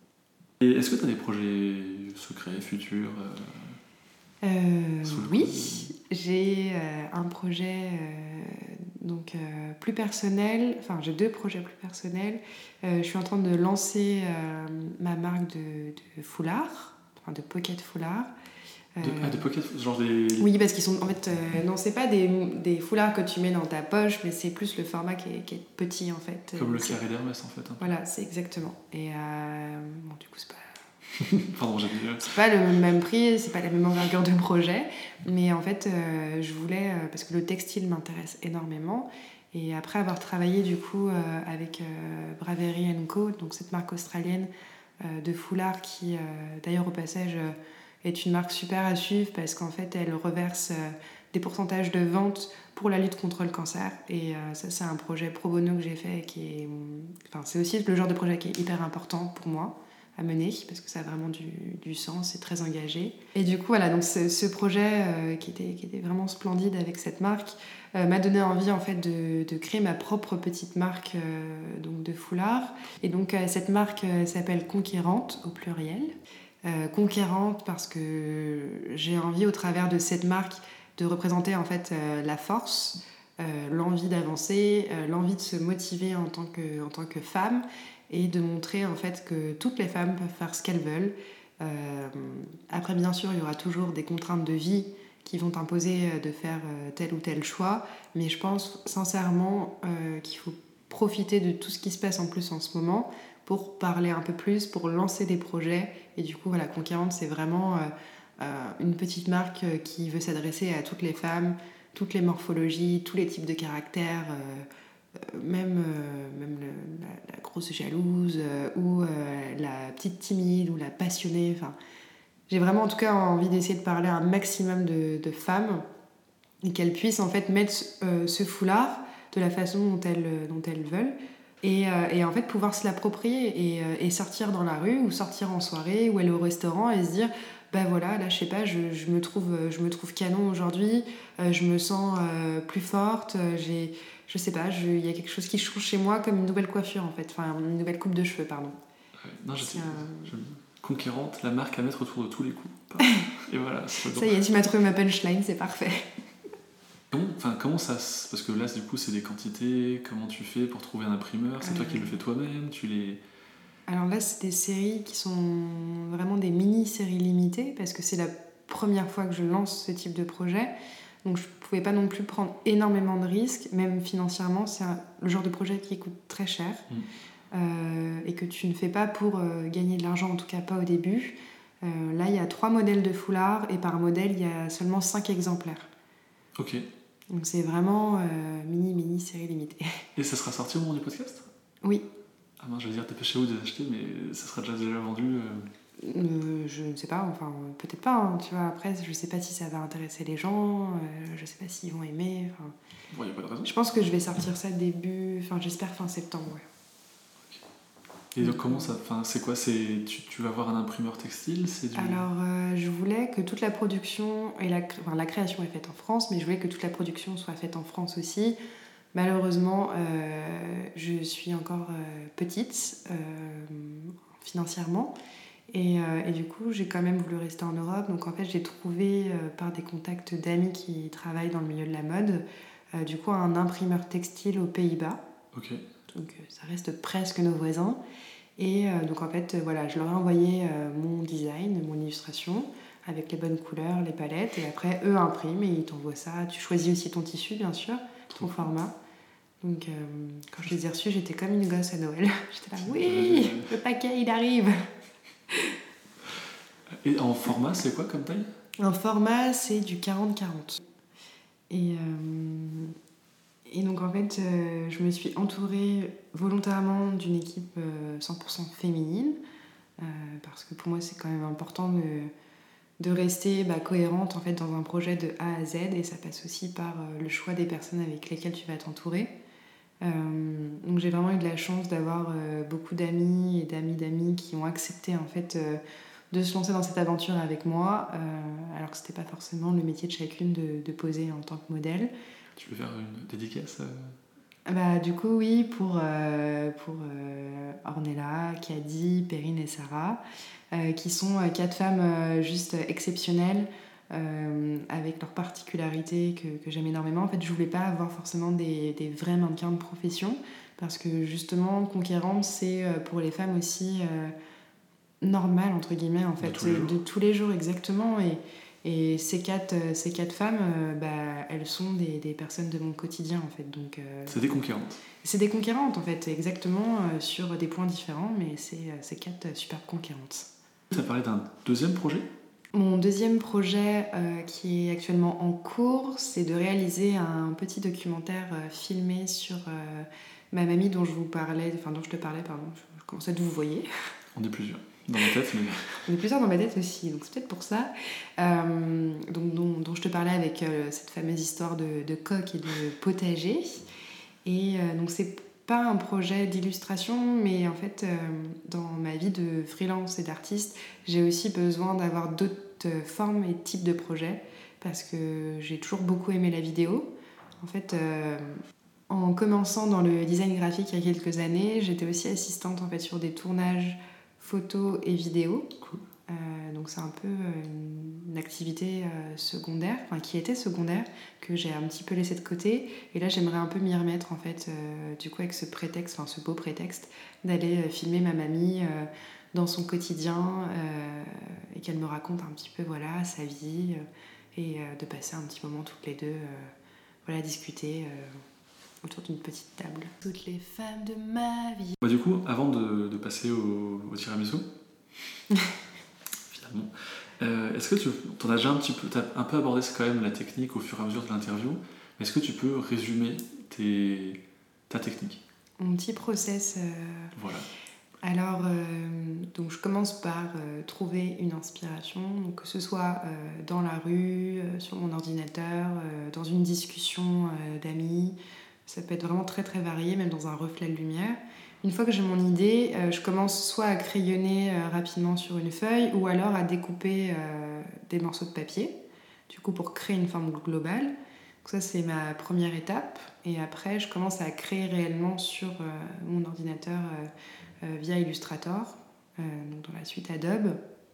Et est-ce que tu as des projets secrets, futurs euh, euh, Oui, j'ai euh, un projet euh, donc, euh, plus personnel. Enfin, j'ai deux projets plus personnels. Euh, je suis en train de lancer euh, ma marque de, de foulard, enfin de pocket foulard. De, euh, ah, de pocket, genre des... Oui, parce qu'ils sont... En fait, euh, non, c'est pas des, des foulards que tu mets dans ta poche, mais c'est plus le format qui est, qui est petit, en fait. Comme le c'est... carré d'Hermès, en fait. Hein. Voilà, c'est exactement. Et euh... bon, du coup, c'est pas... Pardon, j'ai dit... C'est pas le même prix, c'est pas la même envergure de projet, mais en fait, euh, je voulais... Euh, parce que le textile m'intéresse énormément, et après avoir travaillé, du coup, euh, avec euh, Bravery and Co, donc cette marque australienne euh, de foulards qui, euh, d'ailleurs, au passage... Euh, est une marque super à suivre parce qu'en fait elle reverse euh, des pourcentages de vente pour la lutte contre le cancer et euh, ça c'est un projet pro bono que j'ai fait qui est, enfin, c'est aussi le genre de projet qui est hyper important pour moi à mener parce que ça a vraiment du, du sens, c'est très engagé et du coup voilà donc ce, ce projet euh, qui, était, qui était vraiment splendide avec cette marque euh, m'a donné envie en fait de, de créer ma propre petite marque euh, donc de foulard et donc euh, cette marque euh, s'appelle Conquérante au pluriel. Euh, conquérante parce que j'ai envie au travers de cette marque de représenter en fait euh, la force, euh, l'envie d'avancer, euh, l'envie de se motiver en tant que, en tant que femme et de montrer en fait que toutes les femmes peuvent faire ce qu'elles veulent Euh, après, bien sûr, il y aura toujours des contraintes de vie qui vont t'imposer de faire tel ou tel choix, mais je pense sincèrement euh, qu'il faut profiter de tout ce qui se passe en plus en ce moment pour parler un peu plus, pour lancer des projets. Et du coup, voilà, Conquérante, c'est vraiment euh, euh, une petite marque qui veut s'adresser à toutes les femmes, toutes les morphologies, tous les types de caractères, euh, même, euh, même le, la, la grosse jalouse euh, ou euh, la petite timide ou la passionnée. Enfin, j'ai vraiment en tout cas envie d'essayer de parler à un maximum de, de femmes et qu'elles puissent en fait mettre euh, ce foulard de la façon dont elles, dont elles veulent et, euh, et en fait pouvoir se l'approprier et, euh, et sortir dans la rue ou sortir en soirée ou aller au restaurant et se dire ben voilà, là je sais pas, je, je, me, trouve, je me trouve canon aujourd'hui, euh, je me sens euh, plus forte, euh, j'ai, je sais pas, il y a quelque chose qui change chez moi comme une nouvelle coiffure en fait, enfin une nouvelle coupe de cheveux, pardon. Ouais, non, je sais, un... je... Conquérante, la marque à mettre autour de tous les coups. Et voilà. Ça y est, tu m'as trouvé ma punchline, c'est parfait. Comment, enfin, comment ça se... Parce que là, du coup, c'est des quantités. Comment tu fais pour trouver un imprimeur? C'est euh... toi qui le fais toi-même? Tu les... Alors là, c'est des séries qui sont vraiment des mini-séries limitées parce que c'est la première fois que je lance ce type de projet. Donc je ne pouvais pas non plus prendre énormément de risques, même financièrement. C'est un... le genre de projet qui coûte très cher mmh. euh, et que tu ne fais pas pour euh, gagner de l'argent, en tout cas pas au début. Euh, là, il y a trois modèles de foulards et par modèle, il y a seulement cinq exemplaires. Ok. Donc c'est vraiment euh, mini, mini série limitée. Et ça sera sorti au moment du podcast? Oui. Ah ben, je veux dire, dépêchez-vous de les acheter, mais ça sera déjà, déjà vendu euh... Euh, je ne sais pas, enfin peut-être pas, hein, tu vois. Après, je sais pas si ça va intéresser les gens, euh, je sais pas s'ils vont aimer. Enfin, bon, y a pas de raison. Je pense que je vais sortir ça début, enfin j'espère fin septembre, ouais. Okay. Et donc comment ça, enfin c'est quoi, c'est tu, tu vas avoir un imprimeur textile, c'est du... Alors euh, je voulais que toute la production et la, enfin, la création est faite en France, mais je voulais que toute la production soit faite en France aussi. Malheureusement, euh, je suis encore euh, petite euh, financièrement. Et, euh, et du coup, j'ai quand même voulu rester en Europe. Donc en fait, j'ai trouvé euh, par des contacts d'amis qui travaillent dans le milieu de la mode, euh, du coup, un imprimeur textile aux Pays-Bas. Ok. Donc euh, ça reste presque nos voisins. Et euh, donc en fait, euh, voilà, je leur ai envoyé euh, mon design, mon illustration, avec les bonnes couleurs, les palettes. Et après, eux impriment et ils t'envoient ça. Tu choisis aussi ton tissu, bien sûr, ton mmh. format. Donc euh, quand je les ai reçus, j'étais comme une gosse à Noël. J'étais là, oui, le paquet, il arrive. Et en format, c'est quoi comme taille? En format, c'est du quarante quarante. Et, euh, et donc, en fait, euh, je me suis entourée volontairement d'une équipe euh, cent pour cent féminine, euh, parce que pour moi, c'est quand même important de, de rester bah, cohérente en fait, dans un projet de A à Z, et ça passe aussi par euh, le choix des personnes avec lesquelles tu vas t'entourer. Euh, donc, j'ai vraiment eu de la chance d'avoir euh, beaucoup d'amis et d'amis d'amis qui ont accepté, en fait... Euh, de se lancer dans cette aventure avec moi, euh, alors que c'était pas forcément le métier de chacune de, de poser en tant que modèle. Tu veux faire une dédicace euh... bah, Du coup, oui, pour, euh, pour euh, Ornella, Kadi, Perrine et Sarah, euh, qui sont euh, quatre femmes euh, juste exceptionnelles, euh, avec leurs particularités que, que j'aime énormément. En fait, je voulais pas avoir forcément des, des vrais mannequins de profession, parce que justement, Conquérante, c'est euh, pour les femmes aussi... Euh, normal entre guillemets en fait, de tous les jours, de tous les jours exactement. Et, et ces, quatre, ces quatre femmes, euh, bah, elles sont des, des personnes de mon quotidien en fait. Donc, euh, c'est des conquérantes. C'est des conquérantes en fait, exactement, euh, sur des points différents, mais c'est, euh, c'est quatre superbes conquérantes. Tu as parlé d'un deuxième projet? Mon deuxième projet euh, qui est actuellement en cours, c'est de réaliser un petit documentaire euh, filmé sur euh, ma mamie dont je vous parlais, enfin dont je te parlais, pardon, je commence à te vous voyez. On est plusieurs. Dans ma tête, mais... On est plusieurs dans ma tête aussi, donc c'est peut-être pour ça. Euh, donc, dont, dont je te parlais avec euh, cette fameuse histoire de, de coq et de potager. Et euh, donc c'est pas un projet d'illustration, mais en fait, euh, dans ma vie de freelance et d'artiste, j'ai aussi besoin d'avoir d'autres formes et types de projets, parce que j'ai toujours beaucoup aimé la vidéo. En fait... Euh, en commençant dans le design graphique il y a quelques années, j'étais aussi assistante en fait, sur des tournages photos et vidéos. Cool. Euh, donc c'est un peu une activité euh, secondaire, enfin qui était secondaire, que j'ai un petit peu laissé de côté. Et là j'aimerais un peu m'y remettre en fait, euh, du coup avec ce prétexte, enfin ce beau prétexte, d'aller euh, filmer ma mamie euh, dans son quotidien euh, et qu'elle me raconte un petit peu voilà, sa vie euh, et euh, de passer un petit moment toutes les deux, euh, voilà, discuter euh, autour d'une petite table. Toutes les femmes de ma vie. Bah, du coup, avant de, de passer au, au tiramisu, finalement, euh, est-ce que tu en as déjà un petit peu, t'as un peu abordé quand même la technique au fur et à mesure de l'interview, mais est-ce que tu peux résumer tes, ta technique? Mon petit process. Euh... Voilà. Alors, euh, donc je commence par euh, trouver une inspiration, donc que ce soit euh, dans la rue, euh, sur mon ordinateur, euh, dans une discussion euh, d'amis. Ça peut être vraiment très très varié, même dans un reflet de lumière. Une fois que j'ai mon idée, euh, je commence soit à crayonner euh, rapidement sur une feuille ou alors à découper euh, des morceaux de papier, du coup pour créer une forme globale. Donc ça c'est ma première étape. Et après, je commence à créer réellement sur euh, mon ordinateur euh, Euh, via Illustrator, euh, donc dans la suite Adobe.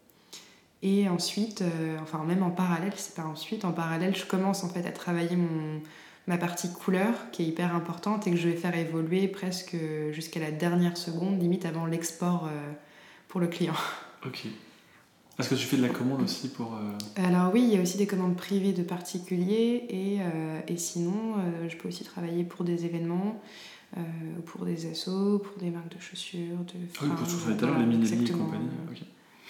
Et ensuite, euh, enfin même en parallèle, c'est pas ensuite, en parallèle, je commence en fait à travailler mon, ma partie couleur, qui est hyper importante et que je vais faire évoluer presque jusqu'à la dernière seconde, limite avant l'export euh, pour le client. Ok. Est-ce que tu fais de la commande aussi pour... Euh... Alors oui, il y a aussi des commandes privées de particuliers et, euh, et sinon, euh, je peux aussi travailler pour des événements. Euh, pour des assos, pour des marques de chaussures, de fringues. Ah oui, pour ce que je faisais tout à l'heure, les Minelli et compagnie. Okay.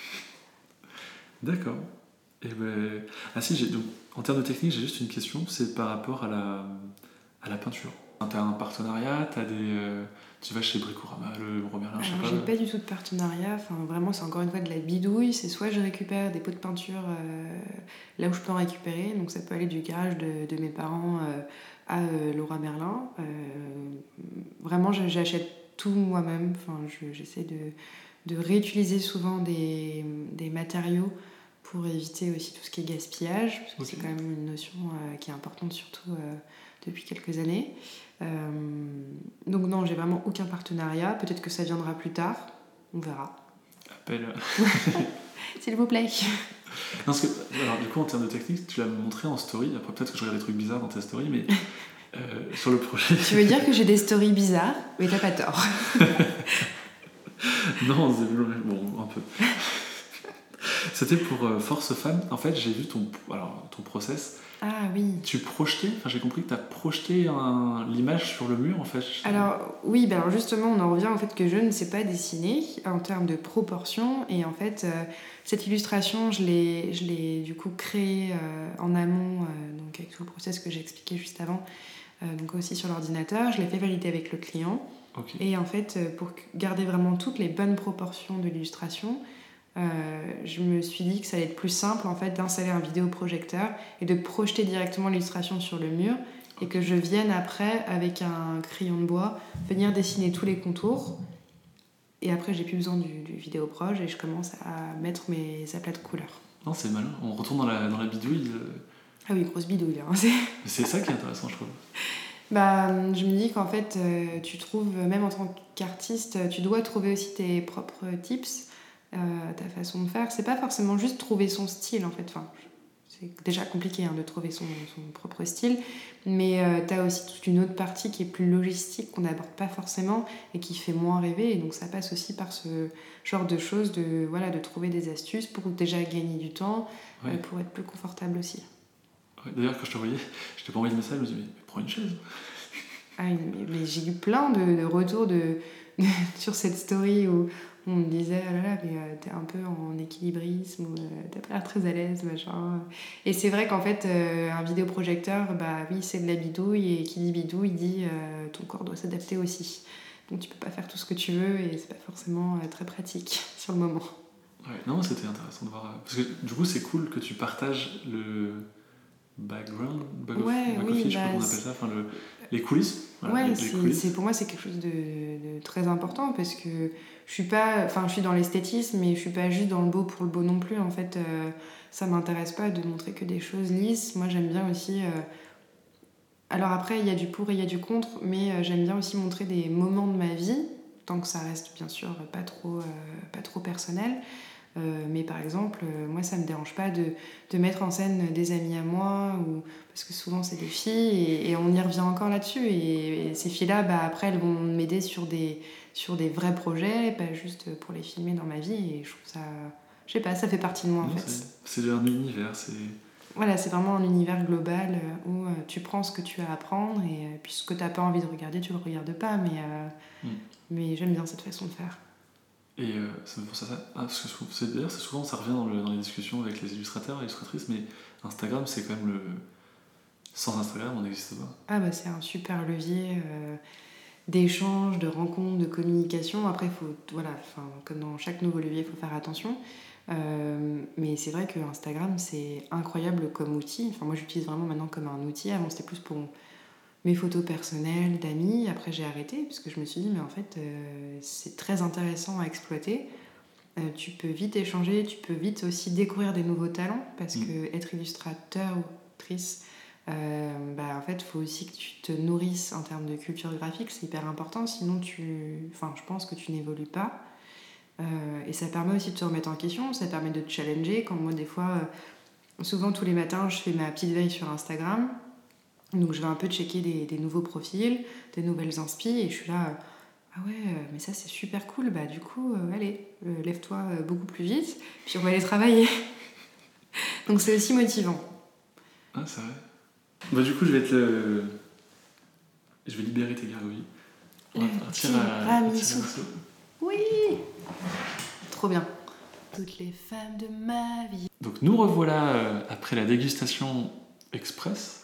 D'accord. Et ben... Ah si, j'ai... Donc, en termes de technique, j'ai juste une question, c'est par rapport à la, à la peinture. Tu as un partenariat, t'as des... Euh... tu vas chez Bricorama, le Leroy Merlin, je sais pas. J'ai pas du tout de partenariat, enfin, vraiment c'est encore une fois de la bidouille, c'est soit je récupère des pots de peinture euh, là où je peux en récupérer, donc ça peut aller du garage de, de mes parents euh, à euh, Leroy Merlin. Euh, vraiment j'achète tout moi-même, enfin, je, j'essaie de, de réutiliser souvent des, des matériaux pour éviter aussi tout ce qui est gaspillage, parce que okay. C'est quand même une notion euh, qui est importante surtout euh, depuis quelques années. Euh, donc non, j'ai vraiment aucun partenariat. Peut-être que ça viendra plus tard. On verra. Appel. S'il vous plaît. Non, parce que, alors, du coup, en termes de technique, tu l'as montré en story. Après, peut-être que je regarde des trucs bizarres dans tes stories, mais euh, sur le projet... Tu veux dire que j'ai des stories bizarres? Mais t'as pas tort. Non, c'est... bon, un peu. C'était pour euh, Force Femmes. En fait, j'ai vu ton, alors, ton process. Ah oui. Tu projetais, enfin j'ai compris que tu as projeté un, l'image sur le mur en fait. Alors oui, ben alors justement on en revient au fait que je ne sais pas dessiner en termes de proportions et en fait euh, cette illustration je l'ai, je l'ai du coup créée euh, en amont, euh, donc avec tout le process que j'ai expliqué juste avant, euh, donc aussi sur l'ordinateur, je l'ai fait valider avec le client. Okay. Et en fait pour garder vraiment toutes les bonnes proportions de l'illustration, Euh, je me suis dit que ça allait être plus simple en fait d'installer un vidéoprojecteur et de projeter directement l'illustration sur le mur et que je vienne après avec un crayon de bois venir dessiner tous les contours et après j'ai plus besoin du, du vidéoproj et je commence à mettre mes aplats de couleurs. Non, c'est malin, on retourne dans la, dans la bidouille. Euh... Ah oui, grosse bidouille là. C'est... c'est ça qui est intéressant je trouve. Bah, je me dis qu'en fait euh, tu trouves, même en tant qu'artiste, tu dois trouver aussi tes propres tips. Euh, ta façon de faire, c'est pas forcément juste trouver son style en fait, enfin, c'est déjà compliqué hein, de trouver son, son propre style, mais euh, t'as aussi toute une autre partie qui est plus logistique qu'on n'aborde pas forcément et qui fait moins rêver, et donc ça passe aussi par ce genre de choses, de, voilà, de trouver des astuces pour déjà gagner du temps, ouais. euh, pour être plus confortable aussi. Ouais, d'ailleurs quand je te voyais, je t'ai pas envoyé de message, je me suis dit mais prends une chaise. Ah, mais, mais j'ai eu plein de, de retours de, de, sur cette story où on me disait oh là là mais euh, t'es un peu en équilibrisme ou euh, t'as pas l'air très à l'aise machin, et c'est vrai qu'en fait euh, un vidéoprojecteur bah oui c'est de la bidouille, et qui dit bidouille dit euh, ton corps doit s'adapter aussi, donc tu peux pas faire tout ce que tu veux et c'est pas forcément euh, très pratique sur le moment. Ouais, non, c'était intéressant de voir parce que du coup c'est cool que tu partages le background, back of, ouais, back oui, office, bah, je sais pas comment on appelle ça, enfin le, les coulisses. Voilà, ouais, les, les c'est, coulisses. c'est, pour moi c'est quelque chose de, de très important parce que je suis pas, enfin je suis dans l'esthétisme mais je suis pas juste dans le beau pour le beau non plus en fait. Euh, ça m'intéresse pas de montrer que des choses lisses. Moi j'aime bien aussi. Euh, alors après il y a du pour et il y a du contre, mais euh, j'aime bien aussi montrer des moments de ma vie tant que ça reste bien sûr pas trop, euh, pas trop personnel. Euh, mais par exemple, euh, moi ça me dérange pas de, de mettre en scène des amis à moi, ou, parce que souvent c'est des filles et, et on y revient encore là-dessus, et, et ces filles-là bah, après elles vont m'aider sur des, sur des vrais projets, pas juste pour les filmer dans ma vie. Et je trouve ça, je sais pas, ça fait partie de moi en non, fait. C'est, c'est un univers, c'est... Voilà, c'est vraiment un univers global où tu prends ce que tu as à apprendre et puis ce que tu n'as pas envie de regarder, tu le regardes pas, mais, euh, mm. mais j'aime bien cette façon de faire. Et euh, ça me ça, ça ah, parce que c'est, d'ailleurs, c'est souvent, ça revient dans, le, dans les discussions avec les illustrateurs et illustratrices, mais Instagram, c'est quand même le... Sans Instagram, on n'existe pas. Ah bah c'est un super levier euh, d'échange, de rencontre, de communication. Après, faut, voilà, comme dans chaque nouveau levier, il faut faire attention. Euh, mais c'est vrai que Instagram, c'est incroyable comme outil. Enfin, moi, j'utilise vraiment maintenant comme un outil. Avant, c'était plus pour mes photos personnelles, d'amis. Après, j'ai arrêté parce que je me suis dit, mais en fait, euh, c'est très intéressant à exploiter. Euh, tu peux vite échanger, tu peux vite aussi découvrir des nouveaux talents parce mmh. que être illustrateur ou actrice, euh, bah, en fait, il faut aussi que tu te nourrisses en termes de culture graphique. C'est hyper important. Sinon, tu... enfin, je pense que tu n'évolues pas. Euh, et ça permet aussi de te remettre en question, ça permet de te challenger. Quand moi, des fois, euh, souvent tous les matins, je fais ma petite veille sur Instagram. Donc, je vais un peu checker des, des nouveaux profils, des nouvelles inspi, et je suis là, euh, ah ouais, euh, mais ça c'est super cool. Bah, du coup, euh, allez, euh, lève-toi euh, beaucoup plus vite, puis on va aller travailler. Donc, c'est aussi motivant. Ah, c'est vrai. Bah, du coup, je vais te. Le... Je vais libérer tes gargouilles. Le tiramisu. Oui! Trop bien. Toutes les femmes de ma vie. Donc nous revoilà euh, après la dégustation express.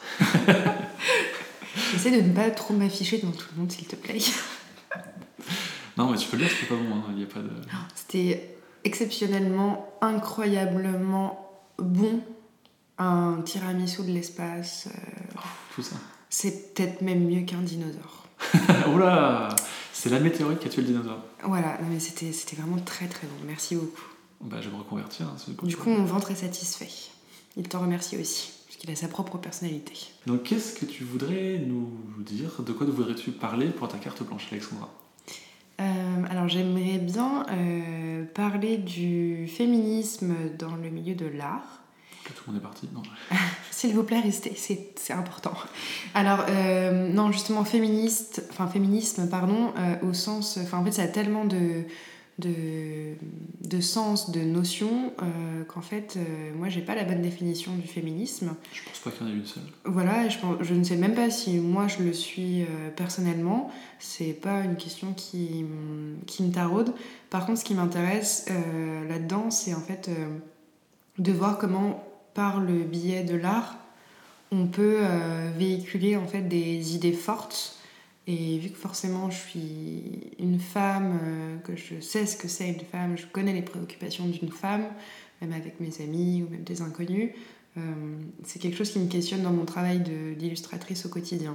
J'essaie de ne pas trop m'afficher devant tout le monde, s'il te plaît. Non, mais tu peux le dire, c'était pas bon. Hein. Il y a pas de... C'était exceptionnellement, incroyablement bon. Un tiramisu de l'espace. Euh... Oh, tout ça. C'est peut-être même mieux qu'un dinosaure. Oula! C'est la météorite qui a tué le dinosaure. Voilà, non mais c'était, c'était vraiment très très bon. Merci beaucoup. Bah, je vais me reconvertir. Hein, du coup, du coup mon ventre est satisfait. Il t'en remercie aussi, parce qu'il a sa propre personnalité. Donc, qu'est-ce que tu voudrais nous dire? De quoi voudrais-tu parler pour ta carte blanche, Alexandra? euh, Alors, j'aimerais bien euh, parler du féminisme dans le milieu de l'art. Que tout le monde est parti, non? S'il vous plaît, restez, c'est, c'est important. Alors, euh, non, justement, féministe, enfin, féminisme, pardon, euh, au sens... Enfin, en fait, ça a tellement de, de, de sens, de notions, euh, qu'en fait, euh, moi, j'ai pas la bonne définition du féminisme. Je pense pas qu'il y en ait une seule. Voilà, je, pense, je ne sais même pas si moi, je le suis euh, personnellement. C'est pas une question qui, qui me taraude. Par contre, ce qui m'intéresse euh, là-dedans, c'est en fait euh, de voir comment... par le biais de l'art, on peut euh, véhiculer en fait des idées fortes. Et vu que forcément je suis une femme, euh, que je sais ce que c'est une femme, je connais les préoccupations d'une femme, même avec mes amis ou même des inconnus, euh, c'est quelque chose qui me questionne dans mon travail de, d'illustratrice au quotidien.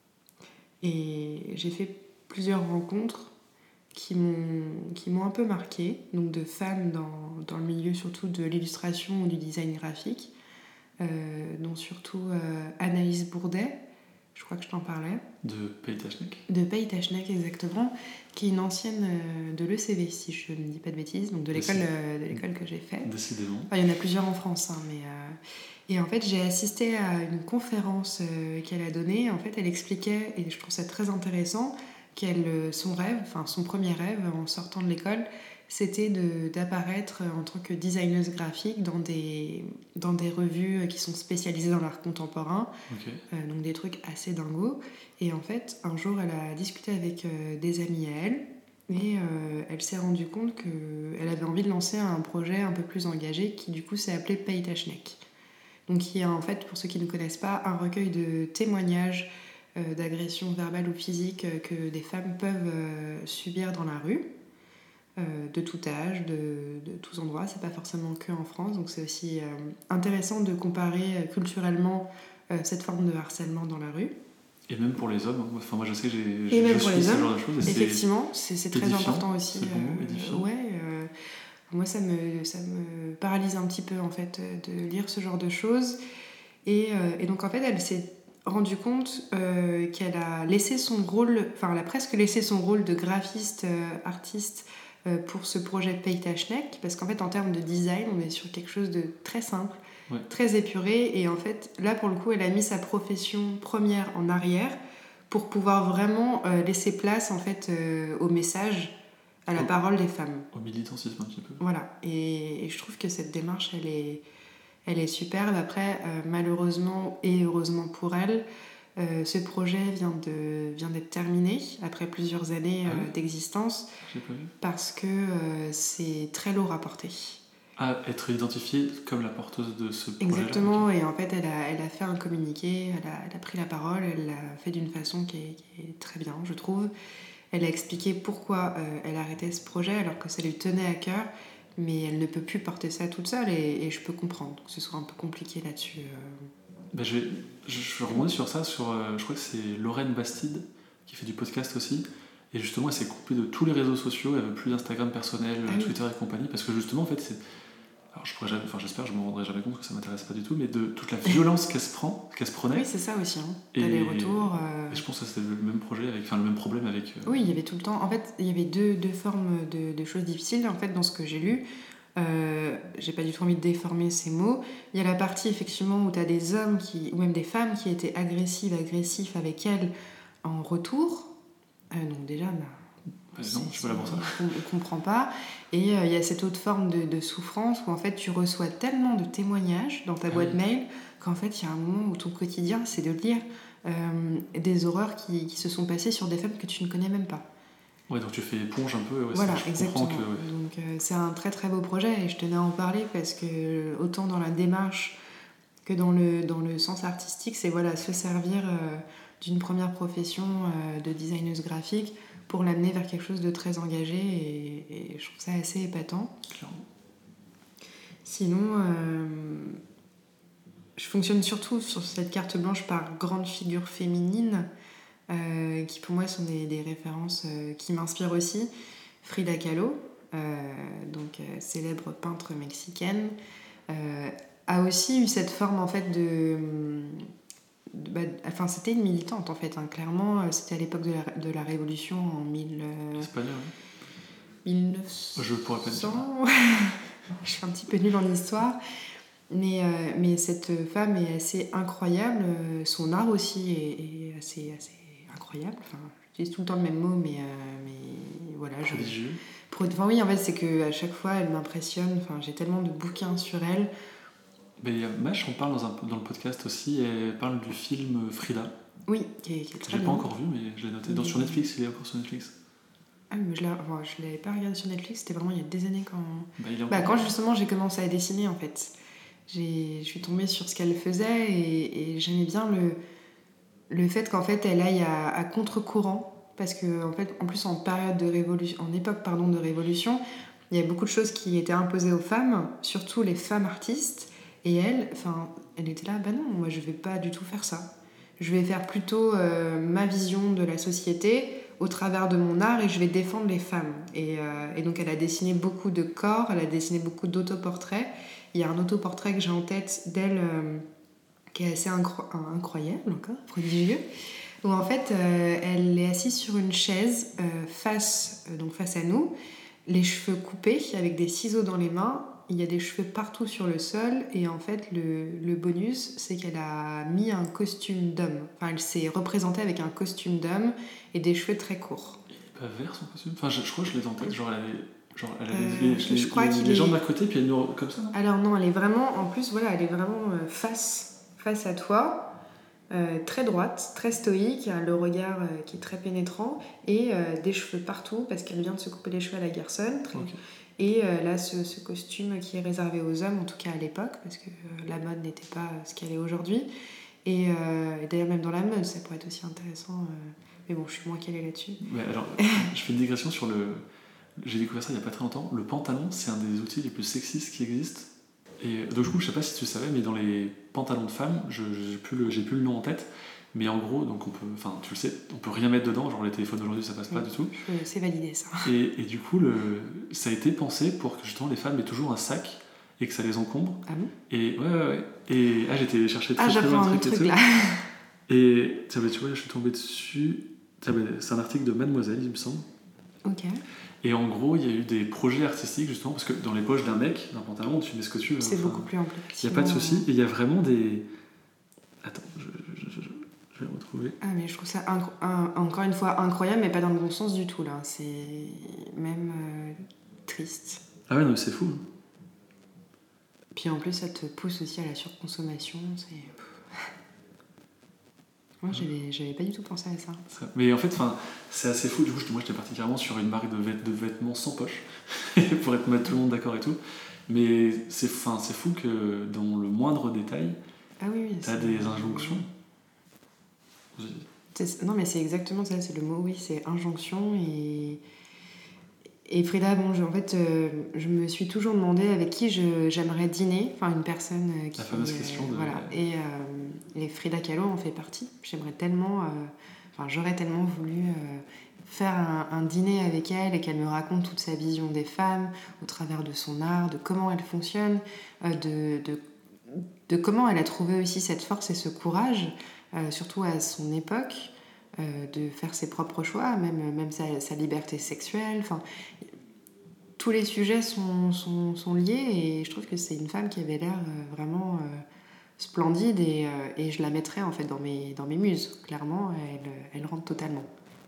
Et j'ai fait plusieurs rencontres qui m'ont, qui m'ont un peu marquée, donc de femmes dans, dans le milieu surtout de l'illustration ou du design graphique, euh, dont surtout euh, Anaïs Bourdet, je crois que je t'en parlais. De Paye Tachnek. De Paye Tachnek, exactement, qui est une ancienne euh, de l'E C V, si je ne dis pas de bêtises, donc de l'école, euh, de l'école que j'ai faite. Décidément. Enfin, il y en a plusieurs en France, hein, mais... Euh... Et en fait, j'ai assisté à une conférence euh, qu'elle a donnée. En fait, elle expliquait, et je trouve ça très intéressant, qu'elle, son rêve, enfin son premier rêve en sortant de l'école, c'était de, d'apparaître en tant que designeuse graphique dans des, dans des revues qui sont spécialisées dans l'art contemporain, okay. euh, donc des trucs assez dingos. Et en fait, un jour, elle a discuté avec euh, des amis à elle, et euh, elle s'est rendue compte qu'elle avait envie de lancer un projet un peu plus engagé qui du coup s'est appelé Paye Tachnek. Donc qui est en fait, pour ceux qui ne connaissent pas, un recueil de témoignages euh, d'agressions verbales ou physiques euh, que des femmes peuvent euh, subir dans la rue, euh, de tout âge, de, de tous endroits. C'est pas forcément que en France, donc c'est aussi euh, intéressant de comparer euh, culturellement euh, cette forme de harcèlement dans la rue. Et même pour les hommes, enfin moi je sais que j'ai, et je même suis pour les ce hommes, genre de choses. Et effectivement, c'est, c'est, c'est très important aussi. C'est bon, euh, édifiant. Ouais. Euh, moi ça me, ça me paralyse un petit peu en fait de lire ce genre de choses. Et, euh, et donc en fait elle s'est rendue compte euh, qu'elle a laissé son rôle, enfin elle a presque laissé son rôle de graphiste, euh, artiste euh, pour ce projet Paye Tachnek, parce qu'en fait en termes de design on est sur quelque chose de très simple, ouais. très épuré, et en fait là pour le coup elle a mis sa profession première en arrière pour pouvoir vraiment euh, laisser place en fait euh, au message, à la au, parole des femmes. Au militantisme un petit peu. Voilà, et, et je trouve que cette démarche, elle est, elle est superbe. Après, euh, malheureusement et heureusement pour elle, euh, ce projet vient, de, vient d'être terminé après plusieurs années ah oui euh, d'existence. J'ai pas vu. Parce que euh, c'est très lourd à porter. À être identifiée comme la porteuse de ce projet-là. Exactement, okay. Et en fait, elle a, elle a fait un communiqué, elle a, elle a pris la parole, elle l'a fait d'une façon qui est, qui est très bien, je trouve. Elle a expliqué pourquoi euh, elle arrêtait ce projet alors que ça lui tenait à cœur, mais elle ne peut plus porter ça toute seule et, et je peux comprendre que ce soit un peu compliqué là-dessus. Euh... Ben je, vais, je, je vais rebondir sur ça, sur, euh, je crois que c'est Lorraine Bastide qui fait du podcast aussi. Et justement, elle s'est coupée de tous les réseaux sociaux, elle veut plus d'Instagram personnel, ah Twitter oui. et compagnie, parce que justement, en fait, c'est... Alors, je pourrais jamais, enfin, j'espère, je me rendrai jamais compte que ça m'intéresse pas du tout, mais de toute la violence qu'elle se prend, qu'elle se prenait. Oui, c'est ça aussi, hein. Et les retours. Euh... Et je pense que c'était le même projet, avec, enfin, le même problème avec. Euh... Oui, il y avait tout le temps. En fait, il y avait deux, deux formes de, de choses difficiles, en fait, dans ce que j'ai lu. Euh, j'ai pas du tout envie de déformer ces mots. Il y a la partie, effectivement, où tu as des hommes, qui, ou même des femmes qui étaient agressives, agressifs avec elle en retour. Euh, donc, déjà, bah, non, je suis pas là pour ça. On ne comprend pas. Et il euh, y a cette autre forme de, de souffrance où en fait tu reçois tellement de témoignages dans ta ah boîte oui. mail qu'en fait il y a un moment où ton quotidien c'est de lire euh, des horreurs qui, qui se sont passées sur des femmes que tu ne connais même pas. Ouais, donc tu fais éponge un peu. Ouais, voilà, ça, je exactement. Que, ouais. Donc euh, c'est un très très beau projet et je tenais à en parler parce que autant dans la démarche que dans le, dans le sens artistique, c'est voilà, se servir euh, d'une première profession euh, de designeuse graphique pour l'amener vers quelque chose de très engagé et, et je trouve ça assez épatant. Clairement. Sinon, euh, je fonctionne surtout sur cette carte blanche par grandes figures féminines euh, qui pour moi sont des, des références euh, qui m'inspirent aussi. Frida Kahlo, euh, donc euh, célèbre peintre mexicaine, euh, a aussi eu cette forme en fait de... Bah, enfin, c'était une militante en fait, hein. Clairement, c'était à l'époque de la, de la Révolution en mille, euh, Espagnol, hein. mille neuf cents. Je pourrais pas dire. Je suis un petit peu nulle en histoire, mais, euh, mais cette femme est assez incroyable. Son art aussi est, est assez, assez incroyable. Enfin, j'utilise tout le temps le même mot, mais, euh, mais voilà. Prodigieux. Je... Enfin, oui, en fait, c'est qu'à chaque fois, elle m'impressionne. Enfin, j'ai tellement de bouquins sur elle. Mais Mash, on parle dans, un, dans le podcast aussi, elle parle du film Frida. Oui, qui est, qui est très J'ai bien. pas encore vu, mais je l'ai noté. Dans, sur Netflix, il est encore sur Netflix. Ah, mais je ne enfin, l'avais pas regardé sur Netflix, c'était vraiment il y a des années quand... Bah, il est bah, quand justement j'ai commencé à dessiner, en fait. J'ai, je suis tombée sur ce qu'elle faisait et, et j'aimais bien le, le fait qu'en fait elle aille à, à contre-courant. Parce que, en fait, en plus, en période de révolution, en époque pardon, de révolution, il y a beaucoup de choses qui étaient imposées aux femmes, surtout les femmes artistes. Et elle, enfin, elle était là, bah non, moi je vais pas du tout faire ça. Je vais faire plutôt euh, ma vision de la société au travers de mon art et je vais défendre les femmes. Et, euh, et donc elle a dessiné beaucoup de corps, elle a dessiné beaucoup d'autoportraits. Il y a un autoportrait que j'ai en tête d'elle euh, qui est assez incro- incroyable, encore, prodigieux, où en fait euh, elle est assise sur une chaise euh, face, euh, donc face à nous, les cheveux coupés avec des ciseaux dans les mains. Il y a des cheveux partout sur le sol et en fait le, le bonus c'est qu'elle a mis un costume d'homme. Enfin elle s'est représentée avec un costume d'homme et des cheveux très courts. Il est pas vert son costume ? Enfin je, je crois que je l'ai en tête, genre elle avait, genre, elle avait euh, les, les, je les, crois les, les jambes d'un côté puis elle nous comme ça. Non Alors non, elle est vraiment, en plus voilà, elle est vraiment euh, face, face à toi, euh, très droite, très stoïque, le regard euh, qui est très pénétrant et euh, des cheveux partout parce qu'elle vient de se couper les cheveux à la garçonne. Très... Okay. Et euh, là, ce, ce costume qui est réservé aux hommes, en tout cas à l'époque, parce que euh, la mode n'était pas ce qu'elle est aujourd'hui. Et, euh, et d'ailleurs, même dans la mode, ça pourrait être aussi intéressant. Euh... Mais bon, je suis moins calée là-dessus. Ouais, alors, je fais une digression sur le... J'ai découvert ça il n'y a pas très longtemps. Le pantalon, c'est un des outils les plus sexistes qui existent. Et donc, du coup, je ne sais pas si tu savais, mais dans les pantalons de femmes, je n'ai plus, plus le nom en tête, mais en gros, donc on peut, enfin, tu le sais, on peut rien mettre dedans, genre les téléphones d'aujourd'hui ça passe oui, pas du tout. C'est validé ça. Et, et du coup, le, ça a été pensé pour que justement les femmes aient toujours un sac et que ça les encombre. Ah bon ? Et ouais, ouais, ouais. Et ah, j'étais chercher très ah, très loin un truc, truc truc et là. Et tu vois, je suis tombé dessus. C'est un article de Mademoiselle, il me semble. Ok. Et en gros, il y a eu des projets artistiques justement parce que dans les poches d'un mec, d'un pantalon, tu mets ce que tu veux. C'est enfin, beaucoup plus ample. Il n'y a pas de souci. Et il y a vraiment des. Attends, je, je, je, je Je vais retrouver. Ah, mais je trouve ça, incro- un- encore une fois, incroyable, mais pas dans le bon sens du tout, là. C'est même euh, triste. Ah ouais, non, mais c'est fou. Puis en plus, ça te pousse aussi à la surconsommation. C'est... Moi, j'avais, j'avais pas du tout pensé à ça. Ça- Mais en fait, c'est assez fou. Du coup, moi, j'étais particulièrement sur une marque de, vêt- de vêtements sans poche, pour être mettre tout le monde d'accord et tout. Mais c'est, c'est fou que dans le moindre détail, Ah oui, oui. t'as c'est... des injonctions. C'est... Non, mais c'est exactement ça, c'est le mot, oui, c'est injonction. Et, et Frida, bon, je, en fait, euh, je me suis toujours demandé avec qui je, j'aimerais dîner, enfin une personne euh, qui... La fameuse question euh, de... Voilà, et, euh, et Frida Kahlo en fait partie. J'aimerais tellement... euh, Enfin, j'aurais tellement voulu euh, faire un, un dîner avec elle et qu'elle me raconte toute sa vision des femmes au travers de son art, de comment elle fonctionne, euh, de, de, de comment elle a trouvé aussi cette force et ce courage, euh, surtout à son époque, euh, de faire ses propres choix, même, même sa, sa liberté sexuelle. Enfin, tous les sujets sont, sont, sont liés et je trouve que c'est une femme qui avait l'air euh, vraiment... Euh, splendide et, euh, et je la mettrais en fait dans mes, dans mes muses. Clairement, elle, elle rentre totalement.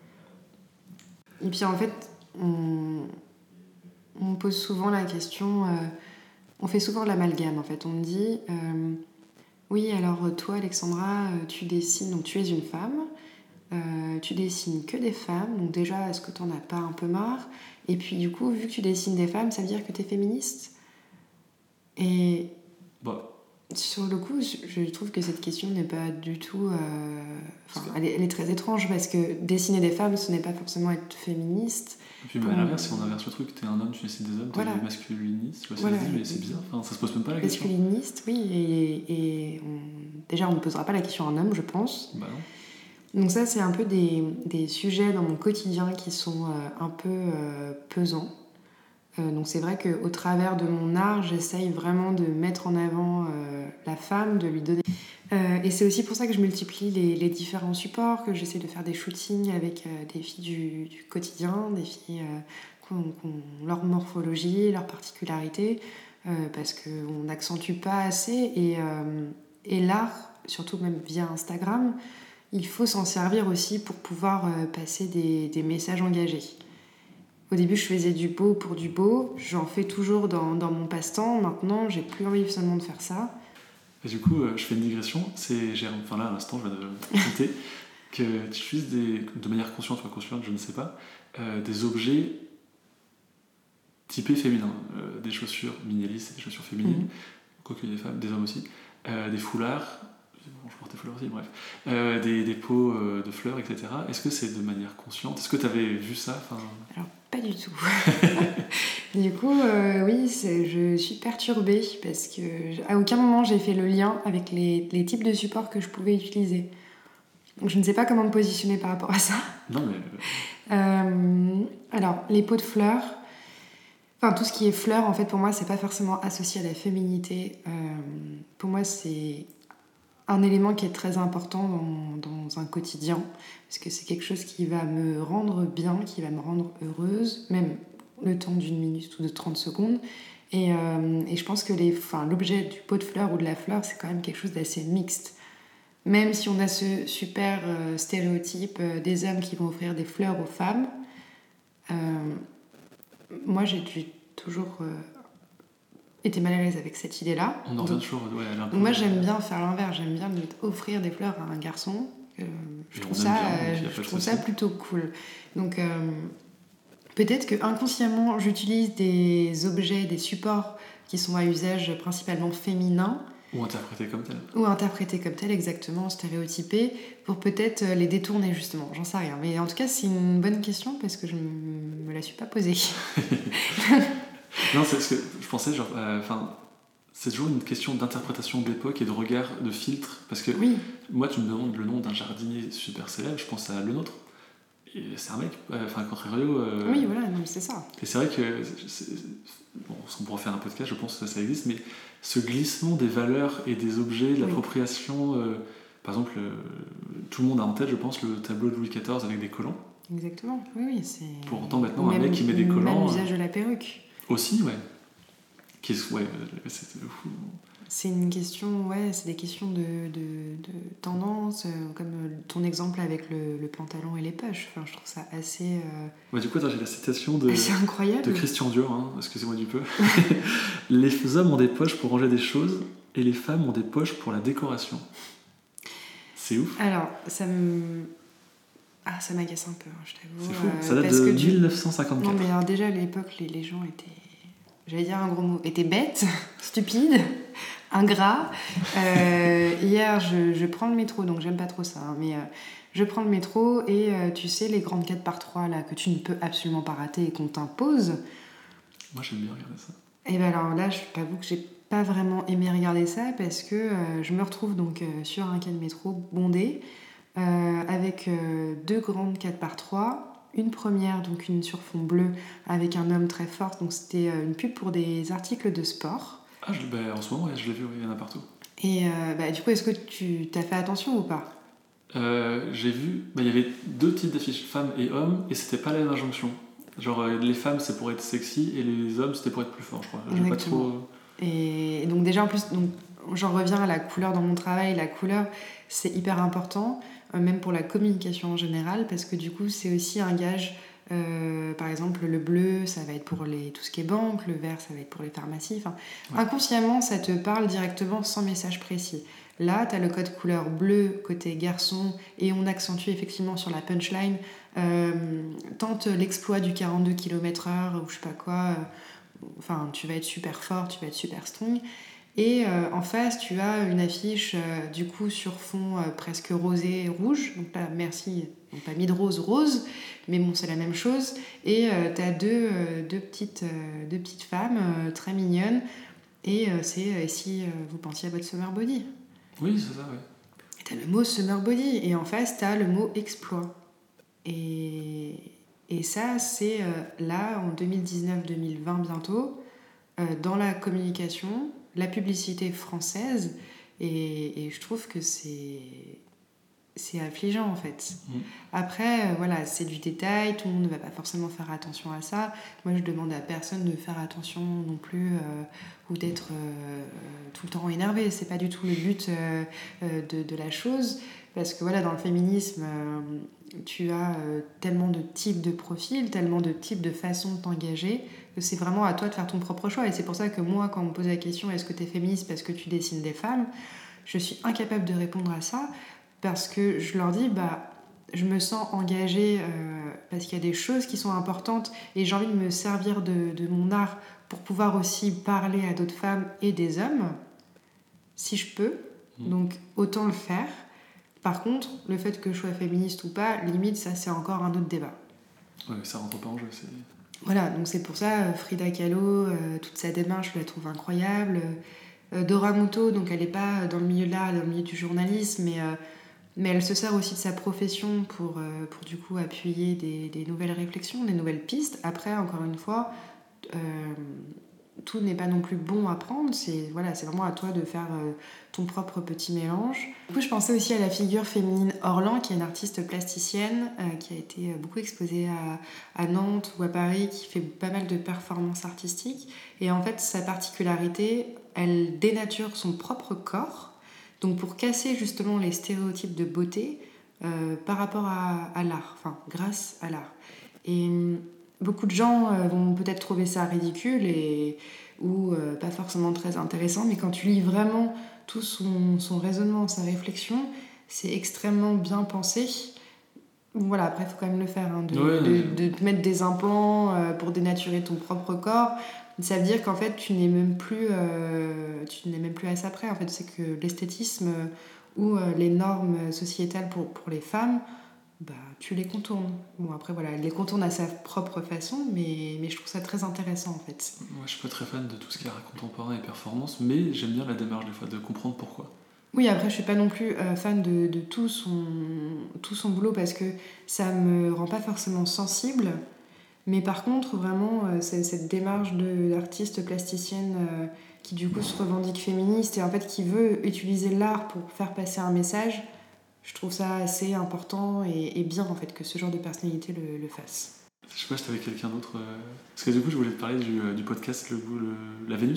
Et puis en fait, on, on pose souvent la question, euh, on fait souvent l'amalgame en fait. On me dit, euh, oui alors toi Alexandra, tu dessines, donc tu es une femme, euh, tu dessines que des femmes, donc déjà est-ce que t'en as pas un peu marre? Et puis du coup, vu que tu dessines des femmes, ça veut dire que t'es féministe? Et... Bon. Sur le coup, je trouve que cette question n'est pas du tout... Euh... Enfin, elle est, elle est très étrange parce que dessiner des femmes, ce n'est pas forcément être féministe. Et puis bah, à l'inverse, si on inverse le truc, t'es un homme, tu dessines des hommes, t'es voilà. masculiniste, je sais pas si voilà. dit, mais c'est bizarre, enfin, ça se pose même pas la question. Masculiniste, oui, et, et on... déjà on ne posera pas la question à un homme, je pense. Bah non. Donc ça, c'est un peu des, des sujets dans mon quotidien qui sont euh, un peu euh, pesants. Euh, donc c'est vrai qu'au travers de mon art, j'essaye vraiment de mettre en avant euh, la femme, de lui donner... Euh, et c'est aussi pour ça que je multiplie les, les différents supports, que j'essaie de faire des shootings avec euh, des filles du, du quotidien, des filles euh, qui ont, qui ont leur morphologie, leur particularité, euh, parce qu'on n'accentue pas assez. Et, euh, et l'art, surtout même via Instagram, il faut s'en servir aussi pour pouvoir euh, passer des, des messages engagés. Au début, je faisais du beau pour du beau. J'en fais toujours dans, dans mon passe-temps. Maintenant, j'ai plus envie seulement de faire ça. Et du coup, euh, je fais une digression. C'est, j'ai, enfin là, à l'instant, je viens de noter que tu utilises des, de manière consciente ou inconsciente, je ne sais pas, euh, des objets typés féminins. Euh, des chaussures minimalistes, des chaussures féminines, mm-hmm. quoique des femmes, des hommes aussi. Euh, des foulards. Bon, je portais fleurs aussi, bref. Euh, des, des pots euh, de fleurs, et cetera. Est-ce que c'est de manière consciente? Est-ce que tu avais vu ça? Enfin... Alors, pas du tout. Du coup, euh, oui, c'est, je suis perturbée parce que à aucun moment j'ai fait le lien avec les, les types de supports que je pouvais utiliser. Donc, je ne sais pas comment me positionner par rapport à ça. Non, mais... Euh, alors, les pots de fleurs... Enfin, tout ce qui est fleurs, en fait, pour moi, c'est pas forcément associé à la féminité. Euh, pour moi, c'est... un élément qui est très important dans, dans un quotidien, parce que c'est quelque chose qui va me rendre bien, qui va me rendre heureuse, même le temps d'une minute ou de trente secondes. Et, euh, et je pense que les, enfin, l'objet du pot de fleurs ou de la fleur, c'est quand même quelque chose d'assez mixte. Même si on a ce super euh, stéréotype euh, des hommes qui vont offrir des fleurs aux femmes, euh, moi j'ai, j'ai toujours... Euh, était mal à l'aise avec cette idée-là. On en revient toujours, ouais, à donc moi j'aime bien faire l'inverse, j'aime bien lui offrir des fleurs à un garçon. Euh, je trouve, ça, bien, euh, je trouve ça plutôt cool. Donc euh, peut-être que inconsciemment j'utilise des objets, des supports qui sont à usage principalement féminin. Ou interprétés comme tel. Ou interprétés comme tel, exactement, stéréotypés, pour peut-être les détourner justement, j'en sais rien. Mais en tout cas c'est une bonne question parce que je ne me la suis pas posée. Non, c'est parce que je pensais, genre, enfin, euh, c'est toujours une question d'interprétation de l'époque et de regard, de filtre. Parce que oui. Moi, tu me demandes le nom d'un jardinier super célèbre, je pense à Le Nôtre. Et c'est un mec, enfin, euh, contrario. Euh, oui, voilà, non, c'est ça. Et c'est vrai que, c'est, bon, on pourra faire un podcast, je pense que ça, ça existe, mais ce glissement des valeurs et des objets, de oui. l'appropriation, euh, par exemple, euh, tout le monde a en tête, je pense, le tableau de Louis quatorze avec des collants. Exactement, oui, oui. C'est... Pour autant, maintenant, même, un mec qui met des collants. Même l'usage de la perruque. Aussi, ouais. Qui est, ouais, c'est fou. C'est une question, ouais, c'est des questions de, de, de tendance, euh, comme euh, ton exemple avec le, le pantalon et les poches. Enfin, je trouve ça assez, euh, Ouais, du coup, attends, j'ai la citation de, assez incroyable. de Christian Dior, hein, excusez-moi du peu. Les hommes ont des poches pour ranger des choses et les femmes ont des poches pour la décoration. C'est ouf. Alors, ça me... Ah, ça m'agace un peu, hein, je t'avoue. C'est fou, euh, ça date parce de que tu- dix-neuf cent cinquante-quatre. Non, mais alors déjà, à l'époque, les, les gens étaient... J'allais dire un gros mot. Étaient bêtes, stupides, ingrats. Euh, hier, je, je prends le métro, donc j'aime pas trop ça, hein, mais... euh, je prends le métro et euh, tu sais, les grandes quatre par trois là, que tu ne peux absolument pas rater et qu'on t'impose. Moi, j'aime bien regarder ça. Et bien alors là, je t'avoue que j'ai pas vraiment aimé regarder ça parce que euh, je me retrouve donc euh, sur un quai de métro bondé euh, avec euh, deux grandes quatre par trois. Une première, donc une sur fond bleu avec un homme très fort. Donc c'était euh, une pub pour des articles de sport. Ah, je, bah, en ce moment, ouais, je l'ai vu, ouais, il y en a partout. Et euh, bah, du coup, est-ce que tu t'as fait attention ou pas ? Euh, j'ai vu, bah, il y avait deux types d'affiches, femmes et hommes, et c'était pas la même injonction. Genre, euh, les femmes, c'est pour être sexy, et les hommes, c'était pour être plus fort, je crois. J'ai pas Exactement. trop... Et donc déjà en plus, donc, j'en reviens à la couleur dans mon travail. La couleur, c'est hyper important, euh, même pour la communication en général, parce que du coup, c'est aussi un gage. Euh, par exemple, le bleu, ça va être pour les, tout ce qui est banque, le vert, ça va être pour les pharmacies. Enfin, Ouais. inconsciemment, ça te parle directement sans message précis. Là, tu as le code couleur bleu côté garçon et on accentue effectivement sur la punchline. Euh, tente l'exploit du quarante-deux kilomètres heure ou je sais pas quoi. euh, Enfin, tu vas être super fort, tu vas être super strong. Et euh, en face, tu as une affiche euh, du coup sur fond euh, presque rosé rouge. Donc là, merci, ils n'ont pas mis de rose rose, mais bon, c'est la même chose. Et euh, tu as deux, euh, deux, petites, euh, deux petites femmes euh, très mignonnes. Et euh, c'est euh, si euh, vous pensiez à votre summer body. Oui, c'est ça, ouais. Et tu as le mot summer body. Et en face, tu as le mot exploit. Et, et ça, c'est euh, là, en deux mille dix-neuf deux mille vingt bientôt, euh, dans la communication, la publicité française, et, et je trouve que c'est, c'est affligeant en fait. Mm. Après, euh, voilà, c'est du détail, tout le monde ne va pas forcément faire attention à ça. Moi, je demande à personne de faire attention non plus euh, ou d'être euh, tout le temps énervé. C'est pas du tout le but euh, euh, de, de la chose. Parce que voilà, dans le féminisme, euh, tu as euh, tellement de types de profils, tellement de types de façons de t'engager, que c'est vraiment à toi de faire ton propre choix. Et c'est pour ça que moi, quand on me pose la question est-ce que tu es féministe parce que tu dessines des femmes, je suis incapable de répondre à ça parce que je leur dis bah, je me sens engagée euh, parce qu'il y a des choses qui sont importantes et j'ai envie de me servir de, de mon art pour pouvoir aussi parler à d'autres femmes et des hommes, si je peux. Mmh. Donc autant le faire. Par contre, le fait que je sois féministe ou pas, limite, ça c'est encore un autre débat. Ouais, ça rentre pas en jeu, c'est... Voilà, donc c'est pour ça, Frida Kahlo, euh, toute sa démarche, je la trouve incroyable. Euh, Dora Muto, donc elle n'est pas dans le milieu de l'art, elle est dans le milieu du journalisme, mais, euh, mais elle se sert aussi de sa profession pour, euh, pour du coup appuyer des, des nouvelles réflexions, des nouvelles pistes. Après, encore une fois, euh, tout n'est pas non plus bon à prendre, c'est, voilà, c'est vraiment à toi de faire euh, ton propre petit mélange. Du coup, je pensais aussi à la figure féminine Orlan, qui est une artiste plasticienne, euh, qui a été beaucoup exposée à, à Nantes ou à Paris, qui fait pas mal de performances artistiques. Et en fait, sa particularité, elle dénature son propre corps, donc pour casser justement les stéréotypes de beauté euh, par rapport à, à l'art, enfin grâce à l'art. Et beaucoup de gens euh, vont peut-être trouver ça ridicule et, ou euh, pas forcément très intéressant, mais quand tu lis vraiment tout son, son raisonnement, sa réflexion, c'est extrêmement bien pensé. Voilà, après, il faut quand même le faire, hein, de, Ouais, de, de te mettre des implants euh, pour dénaturer ton propre corps. Ça veut dire qu'en fait, tu n'es même plus, euh, tu n'es même plus à ça près. En fait, c'est que l'esthétisme euh, ou euh, les normes sociétales pour, pour les femmes, bah, tu les contournes. Bon, après, voilà, elle les contourne à sa propre façon, mais, mais je trouve ça très intéressant, en fait. Moi, je suis pas très fan de tout ce qui est art contemporain et performance, mais j'aime bien la démarche, des fois, de comprendre pourquoi. Oui, après, je suis pas non plus euh, fan de, de tout, son, tout son boulot parce que ça me rend pas forcément sensible. Mais par contre, vraiment, euh, c'est cette démarche de, d'artiste plasticienne euh, qui, du coup, se revendique féministe et en fait qui veut utiliser l'art pour faire passer un message, je trouve ça assez important et, et bien, en fait, que ce genre de personnalité le, le fasse. Je sais pas si t'avais quelqu'un d'autre... euh, Parce que du coup, je voulais te parler du, euh, du podcast le, le, La Vénus.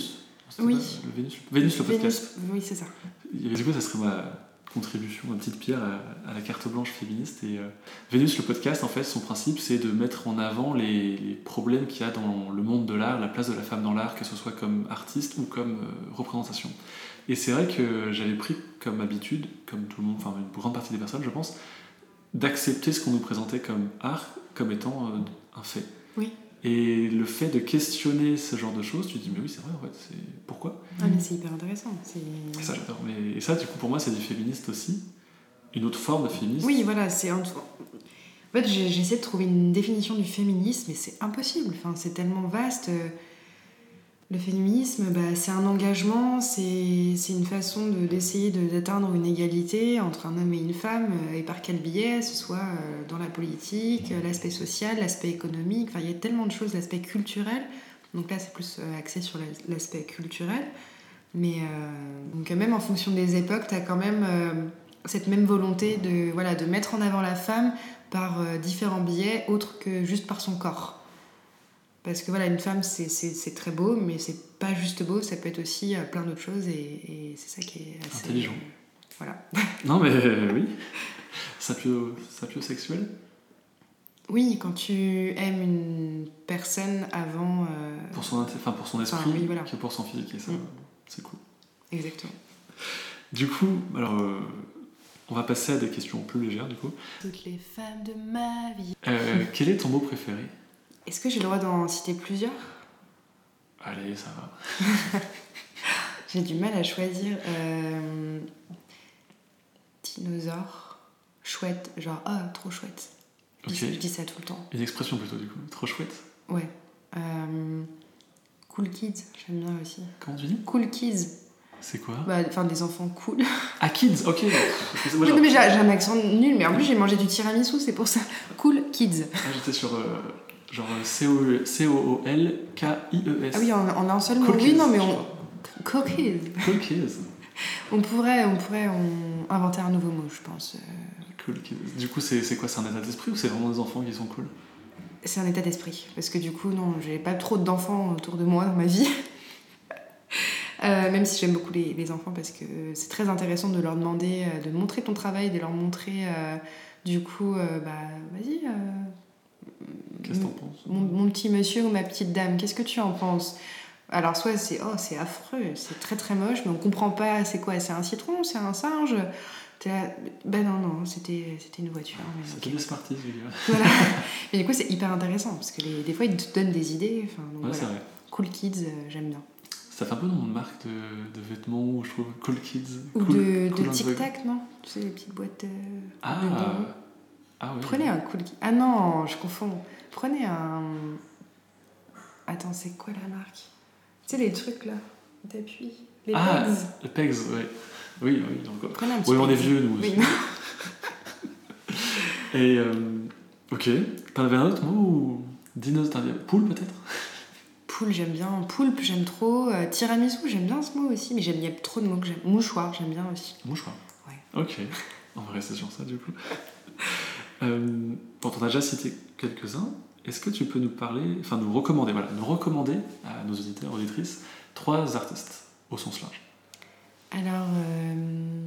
C'était Oui. pas le Vénus, Vénus le podcast. Vénus, oui, c'est ça. Et du coup, ça serait ma contribution, ma petite pierre à, à la carte blanche féministe. Et euh, Vénus le podcast, en fait, son principe, c'est de mettre en avant les, les problèmes qu'il y a dans le monde de l'art, la place de la femme dans l'art, que ce soit comme artiste ou comme euh, représentation. Et c'est vrai que j'avais pris comme habitude, comme tout le monde, enfin une grande partie des personnes, je pense, d'accepter ce qu'on nous présentait comme art comme étant euh, un fait. Oui. Et le fait de questionner ce genre de choses, tu te dis mais oui c'est vrai en fait, c'est pourquoi ? Ah mais c'est hyper intéressant. C'est... Et ça j'adore. Mais, et ça du coup pour moi c'est du féministe aussi, une autre forme de féminisme. Oui voilà, c'est en, en fait j'ai, j'essaie de trouver une définition du féminisme mais c'est impossible. Enfin c'est tellement vaste. Le féminisme, bah, c'est un engagement, c'est, c'est une façon de, d'essayer de, d'atteindre une égalité entre un homme et une femme, et par quel biais, ce soit dans la politique, l'aspect social, l'aspect économique, enfin il y a tellement de choses, l'aspect culturel, donc là c'est plus axé sur l'aspect culturel, mais euh, donc même en fonction des époques, tu as quand même euh, cette même volonté de, voilà, de mettre en avant la femme par euh, différents biais, autres que juste par son corps. Parce que voilà, une femme, c'est, c'est, c'est très beau, mais c'est pas juste beau, ça peut être aussi plein d'autres choses, et, et c'est ça qui est assez... Intelligent. Euh, voilà. Non mais euh, oui, sapio, sapiosexuel. Oui, quand tu aimes une personne avant... Euh... Pour, son, enfin, pour son esprit, enfin, oui, voilà. que pour son physique, et ça, mm. c'est cool. Exactement. Du coup, alors, euh, on va passer à des questions plus légères, du coup. Toutes les femmes de ma vie. Euh, quel est ton mot préféré ? Est-ce que j'ai le droit d'en citer plusieurs ? Allez, ça va. J'ai du mal à choisir. Euh... Dinosaure. Chouette. Genre, oh, trop chouette. Je, okay. dis, je dis ça tout le temps. Une expression plutôt, du coup. Trop chouette. Ouais. Euh... Cool kids, j'aime bien aussi. Comment tu dis ? Cool kids. C'est quoi ? Bah, enfin, des enfants cool. Ah, kids, ok. Oui, non, mais j'ai, j'ai un accent nul, mais en plus, j'ai mangé du tiramisu, c'est pour ça. Cool kids. Ah, j'étais sur... Euh... Genre C O O L K I E S. Ah oui, en, en un seul mot. Cool oui, kids, non, mais on... Cool kids. Cool kids. on pourrait, on pourrait on... inventer un nouveau mot, je pense. Cool kids. Du coup, c'est, c'est quoi ? C'est un état d'esprit ou c'est vraiment des enfants qui sont cool ? C'est un état d'esprit. Parce que du coup, non, j'ai pas trop d'enfants autour de moi dans ma vie. euh, même si j'aime beaucoup les, les enfants, parce que c'est très intéressant de leur demander, de montrer ton travail, de leur montrer, euh, du coup, euh, bah, vas-y... Euh... Qu'est-ce que t'en penses ? mon, mon petit monsieur ou ma petite dame, qu'est-ce que tu en penses ? Alors soit c'est oh c'est affreux, c'est très très moche, mais on comprend pas c'est quoi, c'est un citron, c'est un singe. T'es là, ben non non, c'était c'était une voiture. Mais c'était okay. des Smarties, je veux dire. Voilà. Mais du coup c'est hyper intéressant parce que les, des fois ils te donnent des idées. Enfin donc, ouais, voilà. C'est vrai. Cool kids, euh, j'aime bien. Ça fait un peu nom de marque de, de vêtements où je trouve Cool Kids. Ou cool, de, cool de Tic Tac, non ? Tu sais les petites boîtes. Euh, ah. De ah oui. Prenez un cool kid. Ah non, je confonds. Prenez un. Attends, c'est quoi la marque ? Tu sais, les trucs là, t'appuies. Les ah, pegs. Les pegs, oui. Oui, oui. Donc, prenez un petit oui, pegs. on est vieux, nous aussi. Oui. Et, euh, ok. T'en avais un autre mot ou dinosaure, poule peut-être ? Poule, j'aime bien. Poulpe, j'aime trop. Euh, tiramisu, j'aime bien ce mot aussi, mais j'aime, il y a trop de mots que j'aime. Mouchoir, j'aime bien aussi. Mouchoir ? Ouais. Ok. On va rester sur ça, du coup. euh, bon, t'en as déjà cité quelques-uns. Est-ce que tu peux nous parler, enfin nous recommander, voilà, nous recommander à nos auditeurs, auditrices, trois artistes au sens large ? Alors, euh,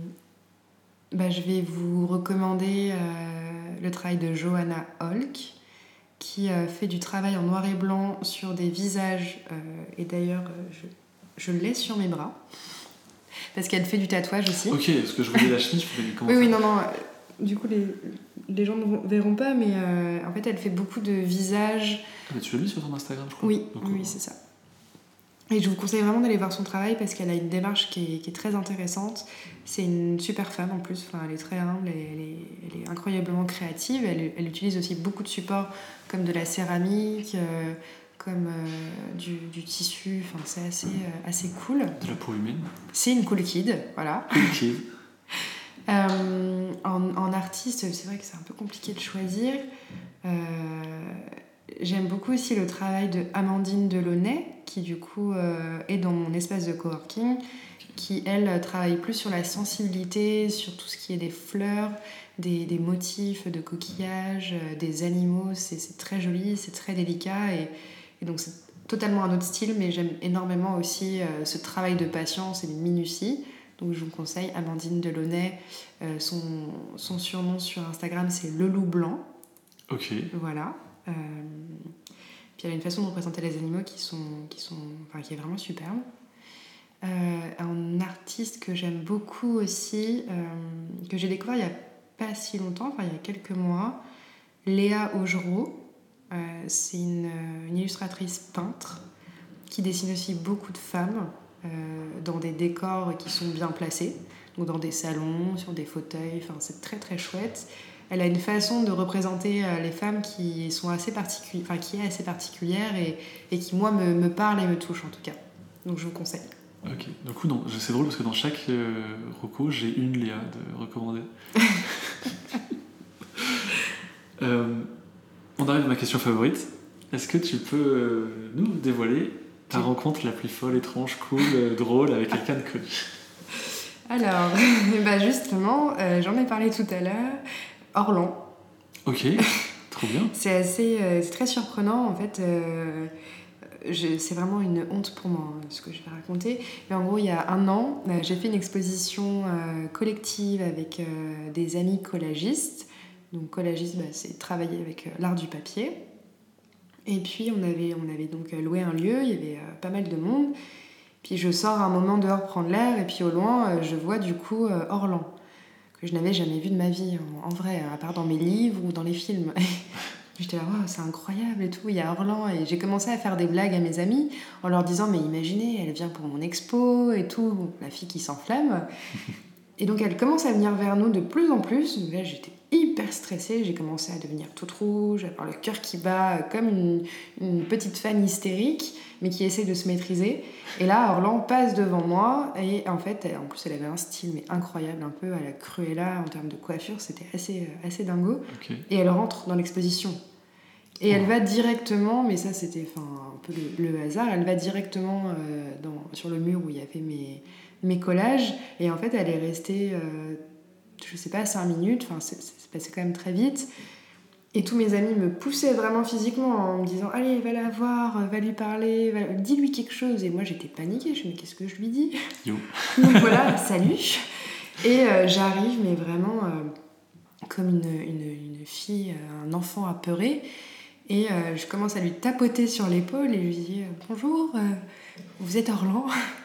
bah, je vais vous recommander euh, le travail de Johanna Holk, qui euh, fait du travail en noir et blanc sur des visages, euh, et d'ailleurs, je, je l'ai sur mes bras, parce qu'elle fait du tatouage aussi. Ok, parce que je voyais la chemise, je me comment oui, ça... oui, non, non. Du coup, les, les gens ne verront pas, mais euh, en fait, elle fait beaucoup de visages. Ah, mais tu l'as mis sur ton Instagram, je crois. Oui, donc, oui, euh... c'est ça. Et je vous conseille vraiment d'aller voir son travail parce qu'elle a une démarche qui est, qui est très intéressante. C'est une super femme en plus, enfin, elle est très humble, elle est, elle est, elle est incroyablement créative. Elle, elle utilise aussi beaucoup de supports comme de la céramique, euh, comme euh, du, du tissu, enfin, c'est assez, euh, assez cool. De la peau humaine. C'est une cool kid, voilà. Cool kid. Euh, en, en artiste, c'est vrai que c'est un peu compliqué de choisir. Euh, j'aime beaucoup aussi le travail de Amandine Delaunay, qui du coup euh, est dans mon espace de coworking, qui elle travaille plus sur la sensibilité, sur tout ce qui est des fleurs, des, des motifs de coquillages, des animaux. C'est, c'est très joli, c'est très délicat, et, et donc c'est totalement un autre style, mais j'aime énormément aussi euh, ce travail de patience et de minutie. Donc je vous conseille Amandine Delaunay. Euh, son, son surnom sur Instagram, c'est Le Loup Blanc. Ok. Voilà. Euh, puis elle a une façon de représenter les animaux qui, sont, qui, sont, enfin, qui est vraiment superbe. Euh, un artiste que j'aime beaucoup aussi, euh, que j'ai découvert il n'y a pas si longtemps, enfin il y a quelques mois, Léa Augereau. Euh, c'est une, une illustratrice peintre qui dessine aussi beaucoup de femmes euh, dans des décors qui sont bien placés, donc dans des salons, sur des fauteuils, enfin c'est très très chouette. Elle a une façon de représenter euh, les femmes qui sont assez particulières, enfin qui est assez particulière et, et qui moi me, me parle et me touche en tout cas. Donc je vous conseille. Ok, du coup non, c'est drôle parce que dans chaque euh, reco, j'ai une Léa de recommander. euh, on arrive à ma question favorite. Est-ce que tu peux euh, nous dévoiler ta rencontre la plus folle, étrange, cool, euh, drôle avec quelqu'un de connu? Alors, bah justement, euh, j'en ai parlé tout à l'heure. Orlan. Ok, trop bien. C'est assez, euh, c'est très surprenant en fait. Euh, je, c'est vraiment une honte pour moi hein, ce que je vais raconter. Mais en gros, il y a un an, euh, j'ai fait une exposition euh, collective avec euh, des amis collagistes. Donc collagiste, bah, c'est travailler avec euh, l'art du papier. Et puis on avait, on avait donc loué un lieu, il y avait euh, pas mal de monde. Puis je sors un moment dehors prendre l'air et puis au loin, euh, je vois du coup euh, Orlan, que je n'avais jamais vu de ma vie, en, en vrai, à part dans mes livres ou dans les films. J'étais là, wow, c'est incroyable et tout, il y a Orlan. Et j'ai commencé à faire des blagues à mes amis en leur disant, mais imaginez, elle vient pour mon expo et tout, la fille qui s'enflamme. Et donc elle commence à venir vers nous de plus en plus. Donc là, j'étais hyper stressée, j'ai commencé à devenir toute rouge, à avoir le cœur qui bat comme une, une petite fan hystérique, mais qui essaie de se maîtriser. Et là, Orlan passe devant moi, et en fait, elle, en plus, elle avait un style mais incroyable, un peu à la Cruella en termes de coiffure, c'était assez, assez dingo. Okay. Et elle rentre dans l'exposition. Et elle va directement, mais ça c'était un peu le, le hasard, elle va directement euh, dans, sur le mur où il y avait mes, mes collages, et en fait elle est restée, euh, je sais pas, cinq minutes, enfin c'est, c'est passé quand même très vite, et tous mes amis me poussaient vraiment physiquement en me disant « Allez, va la voir, va lui parler, va... dis-lui quelque chose », et moi j'étais paniquée, je me dis « Mais qu'est-ce que je lui dis ?» Donc voilà, salut. Et euh, j'arrive, mais vraiment euh, comme une, une, une fille, un enfant apeuré. Et euh, je commence à lui tapoter sur l'épaule et je lui dis « Bonjour, euh, vous êtes Orlan ?»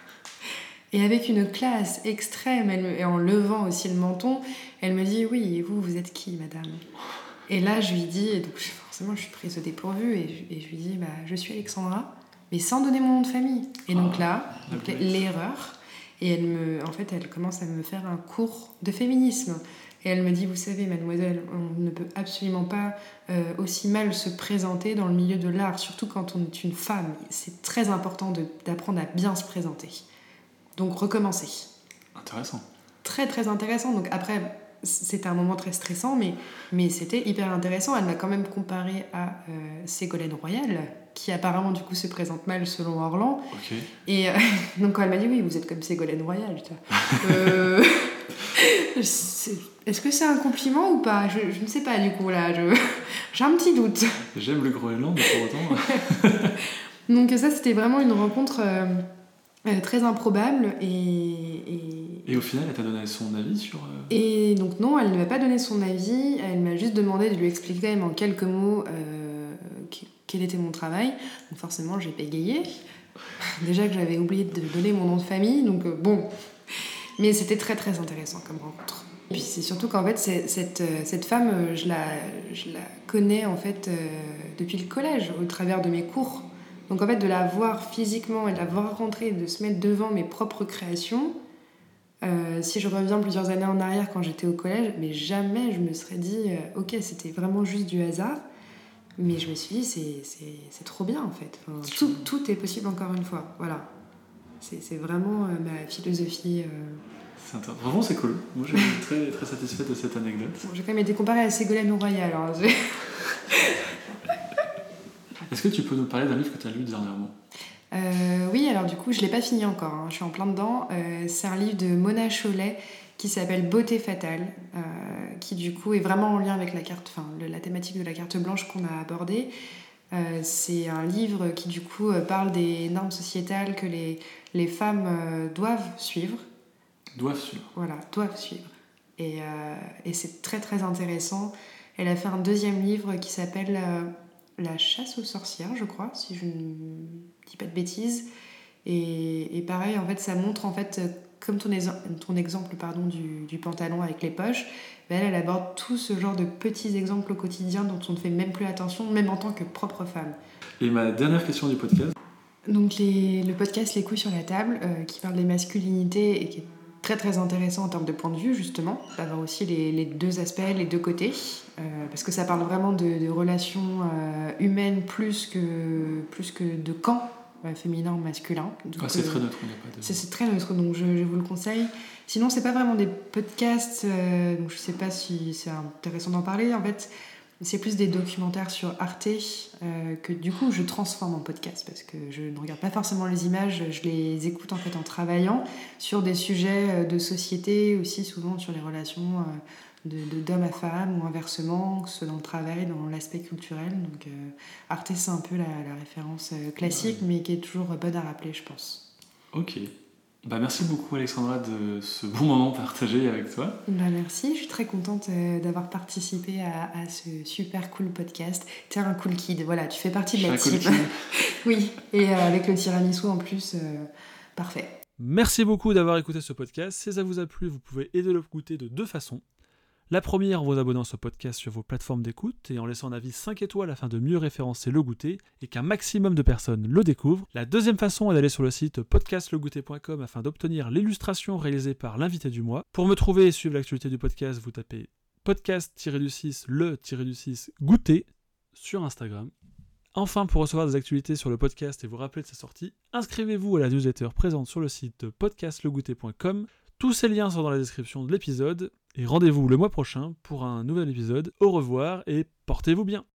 Et avec une classe extrême, elle me, et en levant aussi le menton, elle me dit « Oui, et vous, vous êtes qui, madame ?» Et là, je lui dis, et donc forcément, je suis prise au dépourvu, et je, et je lui dis bah, « Je suis Alexandra », mais sans donner mon nom de famille. Et donc là, oh, donc, l'erreur, et elle me, en fait, elle commence à me faire un cours de féminisme. Et elle me dit, vous savez, mademoiselle, on ne peut absolument pas euh, aussi mal se présenter dans le milieu de l'art, surtout quand on est une femme. C'est très important de, d'apprendre à bien se présenter. Donc, recommencer. Intéressant. Très, très intéressant. Donc, après, c'était un moment très stressant, mais, mais c'était hyper intéressant. Elle m'a quand même comparé à euh, Ségolène Royal, qui apparemment, du coup, se présente mal selon Orlan. Okay. Et euh, donc, quand elle m'a dit, oui, vous êtes comme Ségolène Royal, j'étais euh... C'est... Est-ce que c'est un compliment ou pas ? je, je ne sais pas du coup là, je... j'ai un petit doute. J'aime le Groenland, mais pour autant... Donc ça c'était vraiment une rencontre euh, euh, très improbable et, et... Et au final elle t'a donné son avis sur... Euh... Et donc non, elle ne m'a pas donné son avis, elle m'a juste demandé de lui expliquer quand même en quelques mots euh, quel était mon travail. Donc forcément j'ai bégayé. Déjà que j'avais oublié de donner mon nom de famille, donc euh, bon... Mais c'était très très intéressant comme rencontre. Et puis c'est surtout qu'en fait c'est, cette, cette femme, je la, je la connais en fait euh, depuis le collège, au travers de mes cours. Donc en fait de la voir physiquement et de la voir rentrer, de se mettre devant mes propres créations, euh, si je reviens plusieurs années en arrière quand j'étais au collège, mais jamais je me serais dit euh, ok c'était vraiment juste du hasard. Mais je me suis dit c'est, c'est, c'est trop bien en fait. Enfin, tout, tout est possible encore une fois, voilà. C'est, c'est vraiment euh, ma philosophie. Euh... C'est inter... Vraiment, c'est cool. Moi, j'ai été très, très satisfaite de cette anecdote. Bon, j'ai quand même été comparée à Ségolène Royal. Alors, je... Est-ce que tu peux nous parler d'un livre que tu as lu dernièrement ? euh, Oui, alors du coup, je ne l'ai pas fini encore. Hein. Je suis en plein dedans. Euh, c'est un livre de Mona Chollet qui s'appelle Beauté fatale, euh, qui du coup est vraiment en lien avec la, carte, enfin, le, la thématique de la carte blanche qu'on a abordée. Euh, c'est un livre qui du coup euh, parle des normes sociétales que les, les femmes euh, doivent suivre. Doivent suivre. Voilà, doivent suivre. Et, euh, et c'est très très intéressant. Elle a fait un deuxième livre qui s'appelle euh, La chasse aux sorcières, je crois, si je ne dis pas de bêtises. Et, et pareil, en fait, ça montre, en fait, comme ton, ex- ton exemple pardon, du, du pantalon avec les poches, ben elle, elle aborde tout ce genre de petits exemples au quotidien dont on ne fait même plus attention, même en tant que propre femme. Et ma dernière question du podcast. Donc les, le podcast Les couilles sur la table, euh, qui parle des masculinités et qui est très très intéressant en termes de point de vue, justement, d'avoir aussi les, les deux aspects, les deux côtés, euh, parce que ça parle vraiment de, de relations euh, humaines plus que, plus que de camp euh, féminin ou masculin. Donc, Ah, c'est euh, très neutre, il n'y a pas de... c'est, c'est très neutre, donc je, je vous le conseille. Sinon, c'est pas vraiment des podcasts, euh, donc je sais pas si c'est intéressant d'en parler. En fait, c'est plus des documentaires sur Arte euh, que du coup je transforme en podcast parce que je ne regarde pas forcément les images, je les écoute en fait en travaillant sur des sujets de société, aussi souvent sur les relations euh, de, de, d'homme à femme ou inversement, que ce soit dans le travail, dans l'aspect culturel. Donc euh, Arte c'est un peu la, la référence euh, classique ouais. mais qui est toujours bonne à rappeler je pense. Ok. Bah, merci beaucoup Alexandra de ce bon moment partagé avec toi. Bah, merci, je suis très contente euh, d'avoir participé à, à ce super cool podcast. T'es un cool kid, voilà, tu fais partie de la team. Cool oui, et euh, avec le tiramisu en plus, euh, parfait. Merci beaucoup d'avoir écouté ce podcast. Si ça vous a plu, vous pouvez aider le goûter de deux façons. La première en vous abonnant à ce podcast sur vos plateformes d'écoute et en laissant un avis cinq étoiles afin de mieux référencer le goûter et qu'un maximum de personnes le découvrent. La deuxième façon est d'aller sur le site podcast le goûter point com afin d'obtenir l'illustration réalisée par l'invité du mois. Pour me trouver et suivre l'actualité du podcast, vous tapez podcast-du-six le-du-six goûter sur Instagram. Enfin, pour recevoir des actualités sur le podcast et vous rappeler de sa sortie, inscrivez-vous à la newsletter présente sur le site podcast le goûter point com. Tous ces liens sont dans la description de l'épisode. Et rendez-vous le mois prochain pour un nouvel épisode. Au revoir et portez-vous bien.